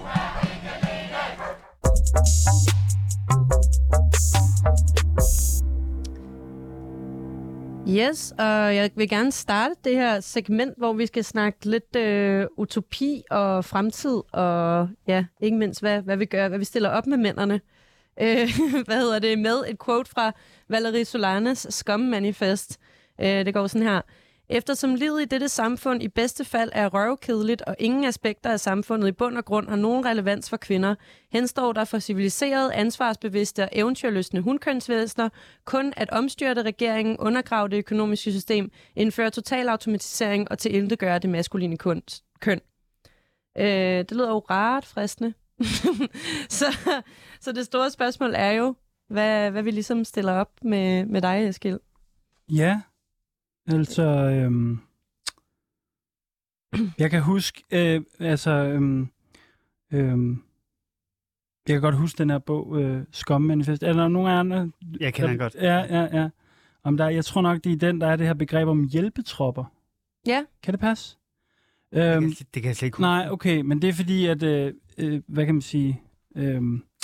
Yes, og jeg vil gerne starte det her segment, hvor vi skal snakke lidt øh, utopi og fremtid, og ja, ikke mindst, hvad, hvad vi gør, hvad vi stiller op med mændene. Øh, hvad hedder det? Med et quote fra Valerie Solanas Scum Manifest. Øh, det går sådan her. Eftersom livet i dette samfund i bedste fald er røvkedeligt, og ingen aspekter af samfundet i bund og grund har nogen relevans for kvinder, henstår der for civiliserede, ansvarsbevidste og eventyrlystne hundkønsvæsener kun at omstyrte regeringen, undergrave det økonomiske system, indføre total automatisering og tilintetgøre det maskuline køn. Øh, det lyder jo rart fristende. så, så det store spørgsmål er jo, hvad, hvad vi ligesom stiller op med, med dig, Eskild. Ja, altså, øhm, jeg kan huske, øh, altså, øhm, øhm, jeg kan godt huske den her bog, øh, Scum Manifest. Er der nogen andre? Jeg kender den godt. Ja, ja, ja. Om der, jeg tror nok, det er i den, der er det her begreb om hjælpetropper. Ja. Kan det passe? Det kan, Øhm, det kan jeg slet ikke huske. Nej, okay, men det er fordi, at, øh, øh, hvad kan man sige, øh,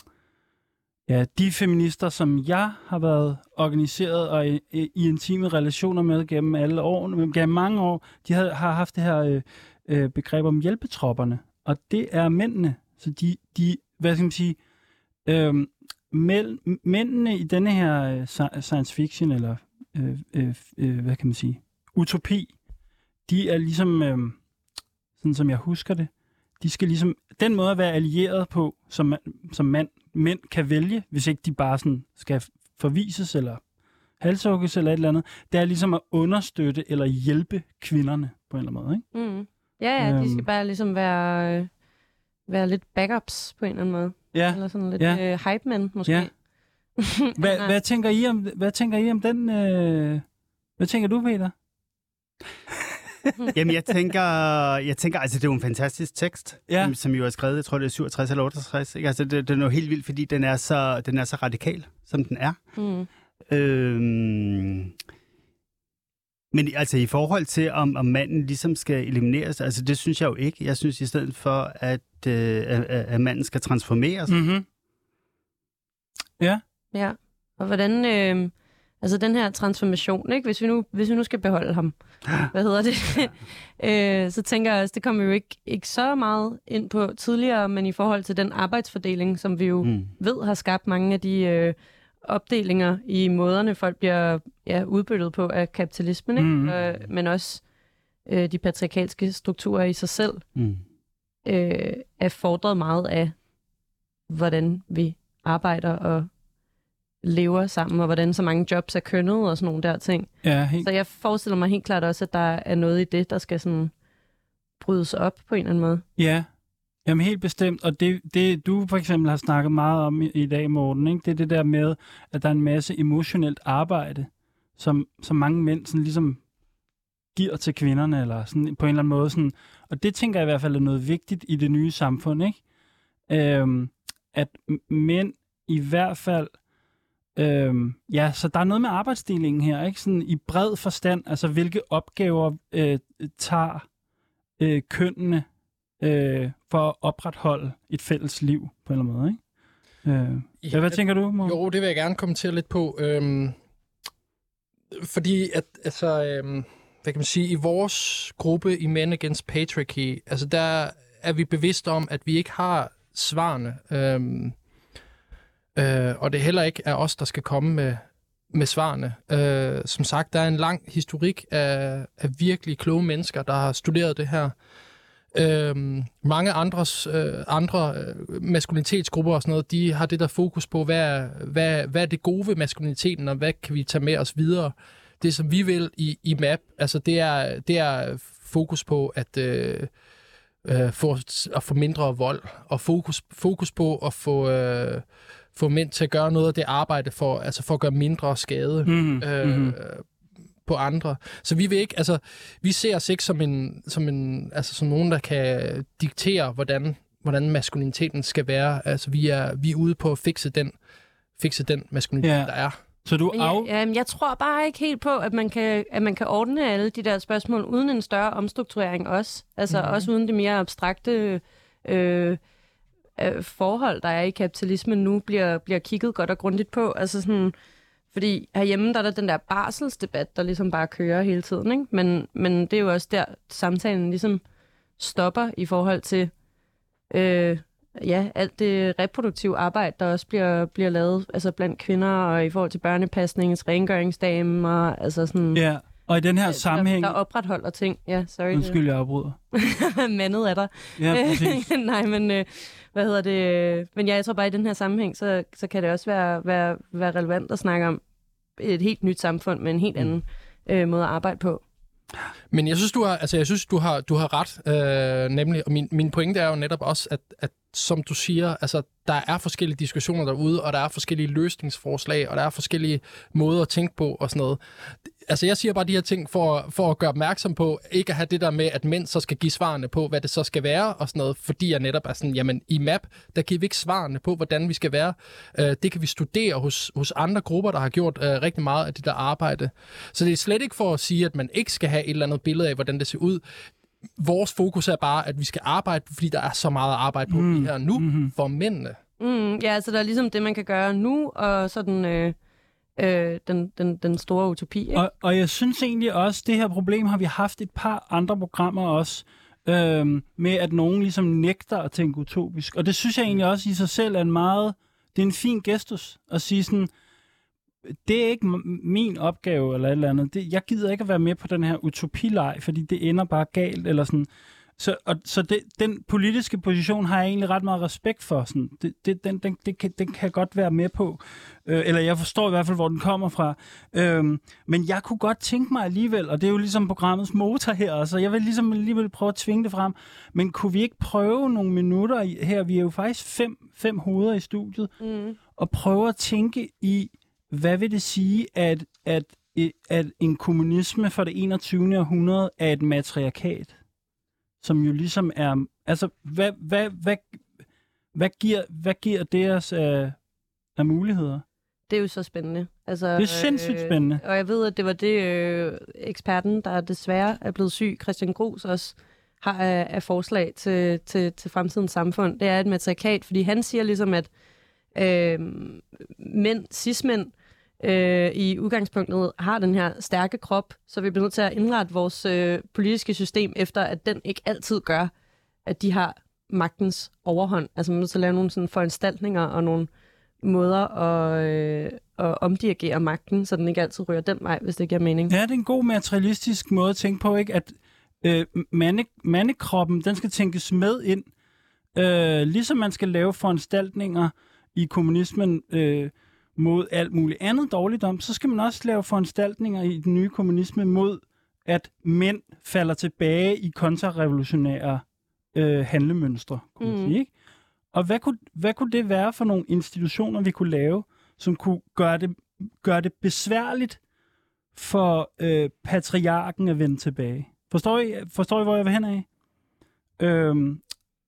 ja, de feminister, som jeg har været organiseret og i, i intime relationer med gennem alle år, gennem mange år, de har, har haft det her øh, øh, begreb om hjælpetropperne, og det er mændene. Så de, de hvad skal man sige, øh, mænd, mændene i denne her øh, science fiction, eller øh, øh, øh, hvad kan man sige, utopi, de er ligesom, øh, sådan som jeg husker det, de skal ligesom, den måde at være allieret på, som, man, som mand, mænd kan vælge, hvis ikke de bare sådan skal forvises eller halshugges eller et eller andet, det er ligesom at understøtte eller hjælpe kvinderne på en eller anden måde, ikke? Mm. Ja, ja, Øhm. de skal bare ligesom være, øh, være lidt backups på en eller anden måde. Ja. Eller sådan lidt Ja. øh, hype-mænd, måske. Ja. Hvad, hvad, tænker I om, hvad tænker I om den? Øh... Hvad tænker du, Peter? Jamen, jeg tænker, jeg tænker, altså det er jo en fantastisk tekst, Ja. som, som jo er skrevet, jeg tror det er syvogtres eller otteogtres, ikke? Altså det, det er noget helt vildt, fordi den er så, den er så radikal, som den er. Mm. Øhm, men altså i forhold til, om, om manden ligesom skal elimineres, altså det synes jeg jo ikke. Jeg synes i stedet for, at, øh, at, at manden skal transformeres. Mm-hmm. Ja. Ja, og hvordan, øh, altså den her transformation, ikke? Hvis vi nu, hvis vi nu skal beholde ham, hvad hedder det? øh, så tænker jeg også, det kommer jo ikke, ikke så meget ind på tidligere, men i forhold til den arbejdsfordeling, som vi jo mm. ved har skabt mange af de øh, opdelinger i måderne, folk bliver ja, udbyttet på af kapitalismen, ikke? Mm. Øh, men også øh, de patriarkalske strukturer i sig selv, mm. øh, er fordret meget af, hvordan vi arbejder og lever sammen, og hvordan så mange jobs er kønnet og sådan nogle der ting. Ja, helt... Så jeg forestiller mig helt klart også, at der er noget i det, der skal sådan brydes op på en eller anden måde. Ja, jamen helt bestemt. Og det, det du for eksempel har snakket meget om i, i dag, Morten, ikke? Det er det der med, at der er en masse emotionelt arbejde, som, som mange mænd sådan ligesom giver til kvinderne, eller sådan på en eller anden måde. Sådan. Og det tænker jeg i hvert fald er noget vigtigt i det nye samfund, ikke? Øhm, at mænd i hvert fald Øhm, ja, så der er noget med arbejdsdelingen her, ikke? Sådan i bred forstand, altså hvilke opgaver øh, tager øh, kønnene øh, for at opretholde et fælles liv på en eller anden måde, ikke? Øh, ja, hvad tænker du, Morten? Jo, det vil jeg gerne kommentere lidt på. Øhm, fordi, at, altså, øhm, hvad kan man sige, i vores gruppe i Men Against Patriarchy, altså der er vi bevidste om, at vi ikke har svarene. Øhm, Øh, og det heller ikke er os, der skal komme med, med svarene. Øh, som sagt, der er en lang historik af, af virkelig kloge mennesker, der har studeret det her. Øh, mange andres, øh, andre øh, maskulinitetsgrupper og sådan noget, de har det der fokus på, hvad, hvad, hvad er det gode ved maskuliniteten, og hvad kan vi tage med os videre. Det, som vi vil i, i M A P, altså det er, det er fokus på at, øh, øh, få, at få mindre vold, og fokus, fokus på at få... Øh, få mænd til at gøre noget af det arbejde for, altså for at gøre mindre skade Mm-hmm. øh, Mm-hmm. på andre. Så vi vil ikke, altså, vi ser os ikke som en, som en, altså som nogen, der kan diktere, hvordan, hvordan maskuliniteten skal være. Altså, vi er, vi er ude på at fikse den, fikse den maskulinitet, Ja. der er. Så du Men af... jeg, øh, jeg tror bare ikke helt på, at man, kan, at man kan ordne alle de der spørgsmål uden en større omstrukturering også. Altså Mhm. mm-hmm. også uden det mere abstrakte øh, øh, forhold, der er i kapitalismen nu, bliver, bliver kigget godt og grundigt på. Altså sådan, fordi herhjemme, der er der den der barselsdebat, der ligesom bare kører hele tiden, ikke? Men, men det er jo også der, samtalen ligesom stopper i forhold til øh, ja, alt det reproduktive arbejde, der også bliver, bliver lavet altså blandt kvinder, og i forhold til børnepasningens, rengøringsdamer, altså sådan... Ja, og i den her sammenhæng... Der, der opretholder ting. Ja, sorry. Undskyld, jeg afbryder. Mandet er der. Ja, præcis. Nej, men øh, hvad hedder det? Men ja, jeg tror bare, i den her sammenhæng, så, så kan det også være, være, være relevant at snakke om et helt nyt samfund med en helt anden øh, måde at arbejde på. Men jeg synes, du har, altså, jeg synes, du har, du har ret, øh, nemlig, og min, min pointe er jo netop også, at, at som du siger, altså, der er forskellige diskussioner derude, og der er forskellige løsningsforslag, og der er forskellige måder at tænke på og sådan noget. Altså, jeg siger bare de her ting for, for at gøre opmærksom på, ikke at have det der med, at mænd så skal give svarene på, hvad det så skal være og sådan noget, fordi jeg netop er sådan, jamen, i M A P, der giver vi ikke svarene på, hvordan vi skal være. Øh, det kan vi studere hos, hos andre grupper, der har gjort øh, rigtig meget af det der arbejde. Så det er slet ikke for at sige, at man ikke skal have et eller andet billede af, hvordan det ser ud. Vores fokus er bare, at vi skal arbejde, fordi der er så meget arbejde på mm. her nu mm-hmm. for mændene. Mm, ja, altså der er ligesom det, man kan gøre nu, og så den, øh, øh, den, den, den store utopi. Ikke? Og, og jeg synes egentlig også, det her problem har vi haft et par andre programmer også, øh, med at nogen ligesom nægter at tænke utopisk. Og det synes jeg egentlig også i sig selv er en meget... Det er en fin gestus at sige sådan... Det er ikke min opgave eller et eller andet. Det, jeg gider ikke at være med på den her utopileg, fordi det ender bare galt eller sådan. Så, og, så det, den politiske position har jeg egentlig ret meget respekt for. Sådan. Det, det, den, den, det, kan, den kan jeg godt være med på. Øh, eller jeg forstår i hvert fald, hvor den kommer fra. Øh, men jeg kunne godt tænke mig alligevel, og det er jo ligesom programmets motor her, så jeg vil ligesom alligevel prøve at tvinge det frem. Men kunne vi ikke prøve nogle minutter i, her? Vi er jo faktisk fem, fem hoveder i studiet. Mm. Og prøve at tænke i, hvad vil det sige, at, at, at en kommunisme for det enogtyvende århundrede er et matriarkat? Som jo ligesom er... Altså, hvad, hvad, hvad, hvad, giver, hvad giver det os af, af muligheder? Det er jo så spændende. Altså, det er sindssygt spændende. Øh, og jeg ved, at det var det, øh, eksperten, der desværre er blevet syg, Christian Grus også, har af, af forslag til, til, til fremtidens samfund. Det er et matriarkat, fordi han siger ligesom, at øh, mænd, cis-mænd, øh, i udgangspunktet har den her stærke krop, så vi bliver nødt til at indrette vores øh, politiske system efter, at den ikke altid gør, at de har magtens overhånd. Altså man er nødt til at lave nogle sådan foranstaltninger og nogle måder at, øh, at omdirigere magten, så den ikke altid ryger den vej, hvis det giver mening. Ja, det er en god materialistisk måde at tænke på, ikke? At øh, mande, mandekroppen, den skal tænkes med ind. Øh, ligesom man skal lave foranstaltninger i kommunismen øh, mod alt muligt andet dårligdom, så skal man også lave foranstaltninger i den nye kommunisme mod, at mænd falder tilbage i kontrarevolutionære øh, handlemønstre, kunne man Mm. sige, ikke? Og hvad kunne, hvad kunne det være for nogle institutioner, vi kunne lave, som kunne gøre det, gøre det besværligt for øh, patriarken at vende tilbage? Forstår I, forstår I hvor jeg vil hen af? Øhm.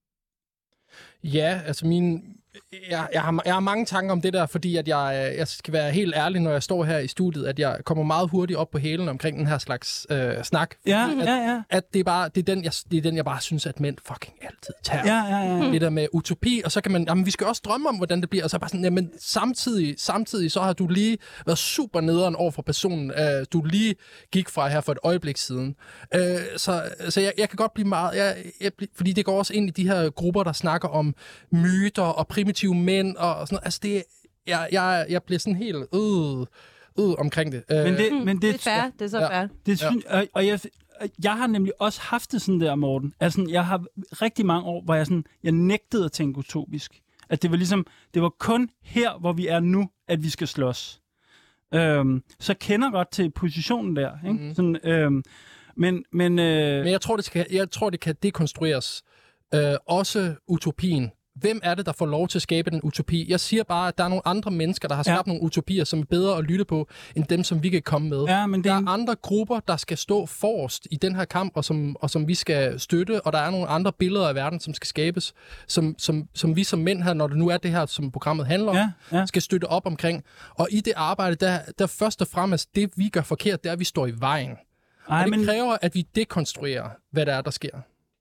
Ja, altså min... Jeg, jeg, har, jeg har mange tanker om det der, fordi at jeg, jeg skal være helt ærlig, når jeg står her i studiet, at jeg kommer meget hurtigt op på hælen omkring den her slags øh, snak. Ja, at, ja, ja. At det er, bare, det, er den, jeg, det er den, jeg bare synes, at mænd fucking altid tager. Ja, ja, ja. Det der med utopi, og så kan man, jamen vi skal også drømme om, hvordan det bliver, og så bare sådan, jamen samtidig, samtidig så har du lige været super nederen over for personen, øh, du lige gik fra her for et øjeblik siden. Øh, så så jeg, jeg kan godt blive meget, jeg, jeg, fordi det går også ind i de her grupper, der snakker om myter og primitive mænd og sådan noget. Altså det, jeg, jeg, jeg bliver sådan helt øh, øh omkring det. Men det, Mm, men det, det er fair, det er så fair. Det synes, og, og jeg, jeg har nemlig også haft det sådan der, Morten. Altså, jeg har rigtig mange år, hvor jeg sådan, jeg nægtede at tænke utopisk. At det var ligesom, det var kun her, hvor vi er nu, at vi skal slås. Øhm, så jeg kender godt til positionen der, ikke? Mm. Sådan, øhm, men, men, øh... men jeg tror, det skal, jeg tror, det kan dekonstrueres. Øh, også utopien hvem er det, der får lov til at skabe den utopi? Jeg siger bare, at der er nogle andre mennesker, der har skabt ja. nogle utopier, som er bedre at lytte på, end dem, som vi kan komme med. Ja, men det... Der er andre grupper, der skal stå forrest i den her kamp, og som, og som vi skal støtte, og der er nogle andre billeder af verden, som skal skabes, som, som, som vi som mænd her, når det nu er det her, som programmet handler om, ja, ja. skal støtte op omkring. Og i det arbejde, der, der først og fremmest, det vi gør forkert, det er, at vi står i vejen. Ej, og det men... kræver, at vi dekonstruerer, hvad der er, der sker.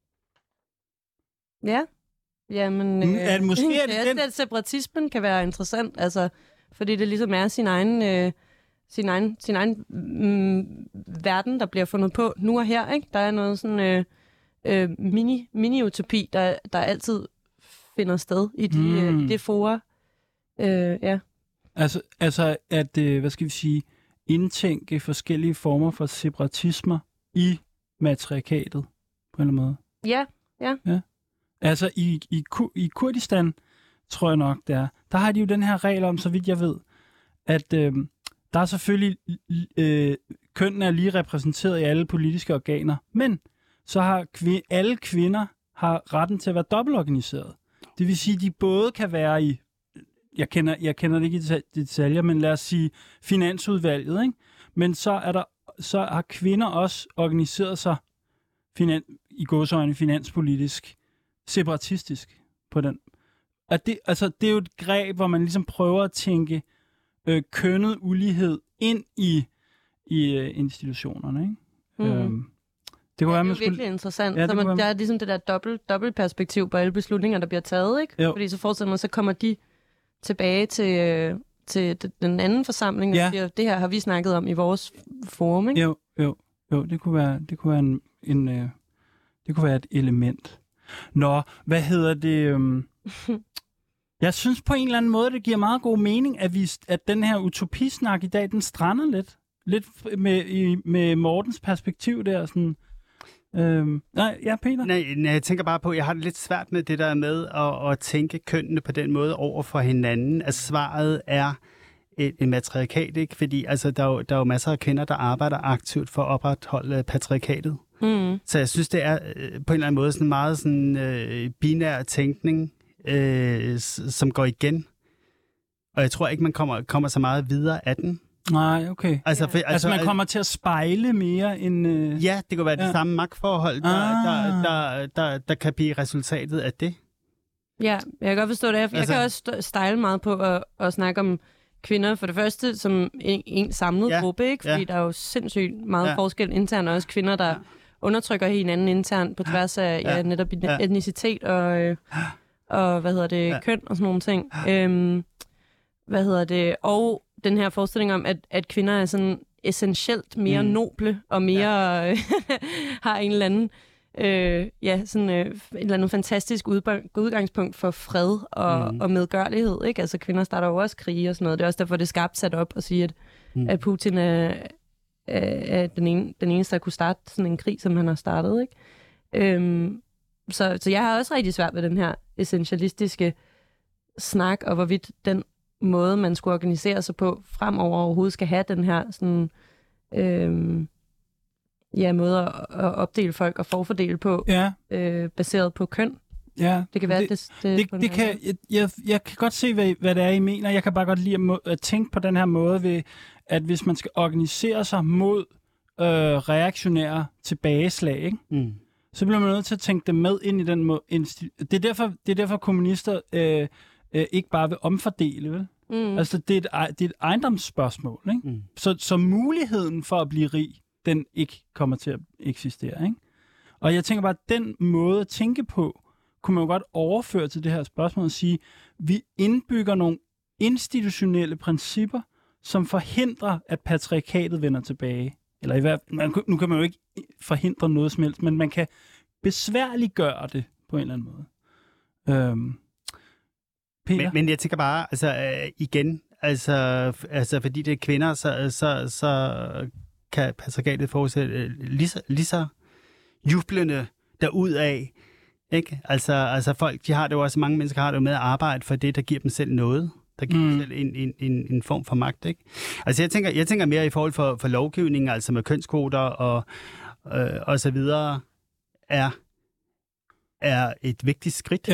Ja. Jamen, øh, er det måske er det jeg den... synes, at separatismen kan være interessant, altså, fordi det ligesom er sin egen, øh, sin egen, sin egen mm, verden, der bliver fundet på nu og her. Ikke? Der er noget sådan øh, øh, mini, mini-utopi, der, der altid finder sted i de, mm. øh, det fora. Øh, ja. Altså, altså at, øh, hvad skal vi sige, indtænke forskellige former for separatismer i matriarkatet, på en eller anden måde. Ja, ja. ja. Altså, i, i, i Kurdistan, tror jeg nok, der der har de jo den her regel om, så vidt jeg ved, at øh, der er selvfølgelig, øh, kønnene er lige repræsenteret i alle politiske organer, men så har kv- alle kvinder har retten til at være dobbeltorganiseret. Det vil sige, at de både kan være i, jeg kender, jeg kender det ikke i detaljer, men lad os sige finansudvalget, ikke? Men så er der, så har kvinder også organiseret sig finan- i gåseøjne finanspolitisk, separatistisk på den. Og det, altså, det er jo et greb, hvor man ligesom prøver at tænke øh, kønnet ulighed ind i, i øh, institutionerne. Ikke? Mm. Øhm, det, kunne ja, være, det er jo skulle... virkelig interessant. Ja, så man, være... der er ligesom det der dobbelt, dobbelt perspektiv på alle beslutninger, der bliver taget. Ikke? Fordi så forestiller man, så kommer de tilbage til, øh, til den anden forsamling, ja. og siger, det her har vi snakket om i vores forum. Ikke? Jo, jo, jo, det kunne være, det kunne være en, en øh, det kunne være et element. Nå, hvad hedder det? Øhm... Jeg synes på en eller anden måde, det giver meget god mening, at, vi, at den her utopisnak i dag, den strander lidt. Lidt med, i, med Mortens perspektiv der. Sådan. Øhm... Nej, ja, Peter? Nej, nej, jeg tænker bare på, jeg har det lidt svært med det der med at, at tænke kønnene på den måde over for hinanden. Altså svaret er et, et matriarkat, ikke? Fordi altså, der, er jo, der er jo masser af kvinder, der arbejder aktivt for at opretholde patriarkatet. Mm. Så jeg synes, det er øh, på en eller anden måde sådan meget sådan, øh, binær tænkning, øh, som går igen. Og jeg tror ikke, man kommer, kommer så meget videre af den. Nej, okay. Altså, for, altså, altså man kommer til at spejle mere end... Øh... Ja, det kan være ja. det samme magtforhold, der, ah. der, der, der, der kan blive resultatet af det. Ja, jeg kan godt forstå det. Jeg, altså... jeg kan også style meget på at, at snakke om kvinder for det første som en, en samlet ja. gruppe, ikke? Fordi ja. der er jo sindssygt meget ja. forskel internt, og også kvinder, der... Ja. undertrykker hinanden internt på tværs af ja, ja, netop ja. etnicitet og, øh, og hvad hedder det, ja. køn og sådan nogle ting. Øhm, hvad hedder det? Og den her forestilling om, at, at kvinder er sådan essentielt mere mm. noble og mere ja. har en eller anden øh, ja, sådan øh, et eller andet fantastisk udgangspunkt for fred og, mm. og medgørlighed. Ikke? Altså kvinder starter jo også krige og sådan noget. Det er også derfor, det er skarpt sat op og sige, at, mm. at Putin er er den, ene, den eneste, der kunne starte sådan en krig, som han har startet. Ikke? Øhm, så, så jeg har også rigtig svært ved den her essentialistiske snak, og hvorvidt den måde, man skulle organisere sig på, fremover overhovedet skal have den her sådan, øhm, ja, måde at, at opdele folk og forfordele på, ja. øh, baseret på køn. Ja, det kan være, det, det, det, det, det kan, jeg, jeg, jeg kan godt se, hvad, hvad det er, I mener. Jeg kan bare godt lide at, må, at tænke på den her måde, ved, at hvis man skal organisere sig mod øh, reaktionære tilbageslag, ikke? Mm. så bliver man nødt til at tænke det med ind i den måde. Det er derfor, det er derfor kommunister øh, øh, ikke bare vil omfordele, vel? Mm. Altså, det er, et, det er et ejendomsspørgsmål, ikke? Mm. Så, så muligheden for at blive rig, den ikke kommer til at eksistere, ikke? Og jeg tænker bare, at den måde at tænke på, kunne man jo godt overføre til det her spørgsmål og sige, vi indbygger nogle institutionelle principper, som forhindrer, at patriarkatet vender tilbage. Eller i hvert fald, nu kan man jo ikke forhindre noget som helst, men man kan besværliggøre det på en eller anden måde. Øhm, Peter? Men, men jeg tænker bare, altså øh, igen, altså, altså fordi det er kvinder, så, så, så kan patriarkatet fortsætte øh, lige, så, lige så jublende derudad. Ikke? Altså, altså folk, de har det jo også, mange mennesker har det jo med at arbejde for det, der giver dem selv noget. Der giver mm. dem selv en, en, en, en form for magt, ikke? Altså jeg tænker, jeg tænker mere i forhold for, for lovgivning, altså med kønskvoter og, øh, og så videre, er, er et vigtigt skridt. Ja.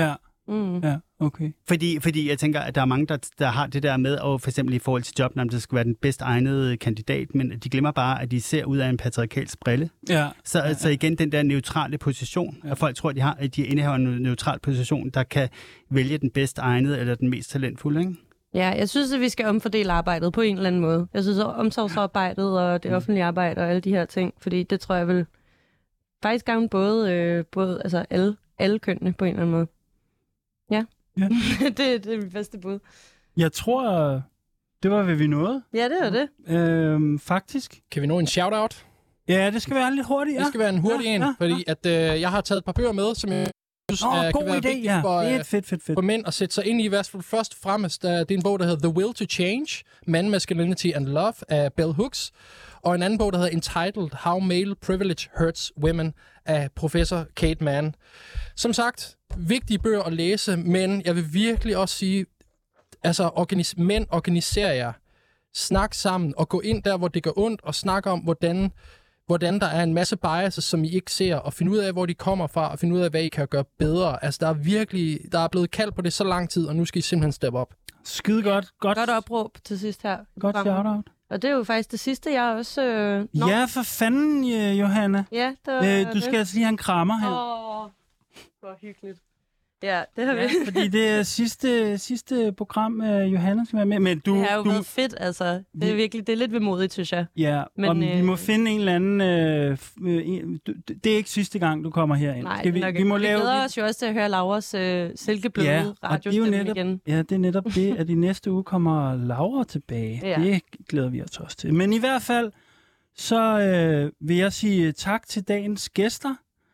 Mm. Ja, okay. Fordi, fordi jeg tænker, at der er mange, der, der har det der med, og for eksempel i forhold til job, at det skal være den bedst egnede kandidat, men de glemmer bare, at de ser ud af en patriarkalsk brille. Ja. Så, ja, ja. så igen den der neutrale position, ja. At folk tror, at de, har, at de indehaver en neutral position, der kan vælge den bedst egnede eller den mest talentfulde, ikke? Ja, jeg synes, at vi skal omfordele arbejdet på en eller anden måde. Jeg synes, at omsorgsarbejdet og det offentlige arbejde og alle de her ting, fordi det tror jeg vil faktisk gavne både, øh, både altså alle, alle kønnene på en eller anden måde. Ja, ja. det, det er mit bedste bud. Jeg tror, det var, hvad vi nåede. Ja, det var det. Øhm, faktisk. Kan vi nå en shout-out? Ja, det skal være lidt hurtigt, ja. Det skal være en hurtig ja, en, ja, fordi at, øh, jeg har taget et par bøger med, som jeg synes oh, øh, god kan være idé, vigtigt ja. for, det er fedt, fedt, fedt. for mænd at sætte sig ind i. I hvert fald først og fremmest, uh, det er en bog, der hedder The Will to Change, Man, Masculinity and Love af Bell Hooks. Og en anden bog, der hedder Entitled How Male Privilege Hurts Women af professor Kate Mann. Som sagt, vigtige bøger at læse, men jeg vil virkelig også sige, altså organis- mænd, organiser jer. Snak sammen og gå ind der, hvor det gør ondt, og snak om, hvordan, hvordan der er en masse biases, som I ikke ser, og finde ud af, hvor de kommer fra, og finde ud af, hvad I kan gøre bedre. Altså, der er virkelig, der er blevet kaldt på det så lang tid, og nu skal I simpelthen steppe op. Skide godt. Godt, godt opråb til sidst her. Godt shout-out. Og det er jo faktisk det sidste, jeg også... Øh, ja, for fanden, Johanna. Ja, det var, øh, du skal det. altså lige have en krammer her. Åh, oh, hvor hyggeligt. Ja, det har ja, vi. fordi det er sidste, sidste program, uh, Johanna skal være med. Men du, det har jo du... været fedt, altså. Det er virkelig, det er lidt vemodigt, synes jeg. Ja, men, og øh... vi må finde en eller anden... Øh, en, det er ikke sidste gang, du kommer herind. Nej, skal vi, vi, vi må vi lave... glæder os jo også til at høre Lauras øh, silkebløde ja, radiostemme netop, igen. Ja, det er netop det, at i næste uge kommer Laura tilbage. Ja. Det glæder vi os også til. Men i hvert fald, så øh, vil jeg sige tak til dagens gæster.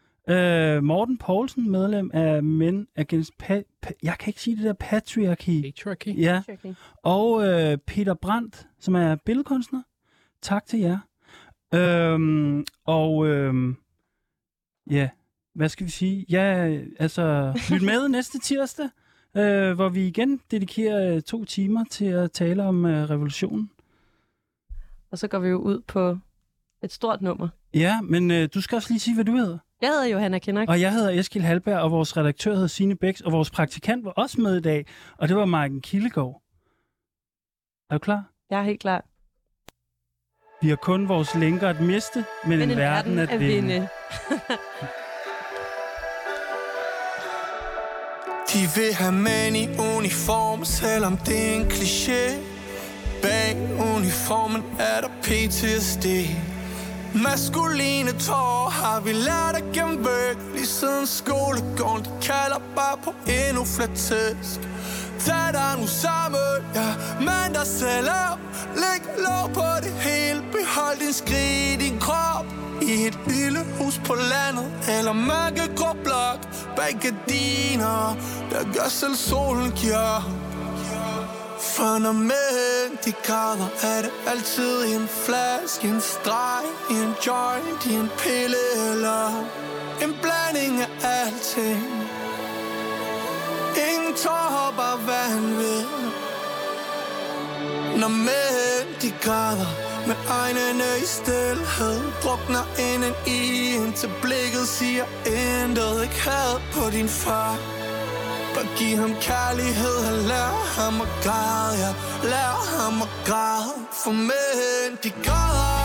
Uh, Morten Poulsen, medlem af Men Against pa- pa- jeg kan ikke sige det der patriarchy. Patriarchy. Ja. Og uh, Peter Brandt, som er billedkunstner. Tak til jer. Uh, og uh, ja, hvad skal vi sige? Ja, altså lyt med næste tirsdag, uh, hvor vi igen dedikerer uh, to timer til at tale om uh, revolutionen. Og så går vi jo ud på et stort nummer. Ja, men uh, du skal også lige sige, hvad du hedder. Jeg hedder Johanna Kinnock. Og jeg hedder Eskild Halberg, og vores redaktør hedder Signe Bæks, og vores praktikant var også med i dag, og det var Marken Kildegård. Er du klar? Jeg er helt klar. Vi har kun vores lænker at miste, men, men en, en verden, verden at vinde. vinde. De vil have mænd i uniform, selvom det er en kliché. Bag uniformen er der P T S D. Maskuline tårer har vi lært at gemme væk. Lige siden skolegården, de kalder bare på endnu flere tæsk. Tag dig nu sammen, ja, mand dig selv op. Læg lov på det hele, behold din skrig i din krop. I et lille hus på landet, eller mørkegrå blok. Bag gardiner, der gør selv solen giver. For når mænd de græder, er det altid i en flaske, en streg, i en joint, i en pille eller en blanding af alting. Ingen tårer, bare vanvid. Når mænd de græder, med øjnene i stilhed, drukner inden i, indtil blikket siger intet. Ikke had på din far. Bare giv ham kærlighed og lær ham at græde, ja. Lær ham at græde, for mænd de græder.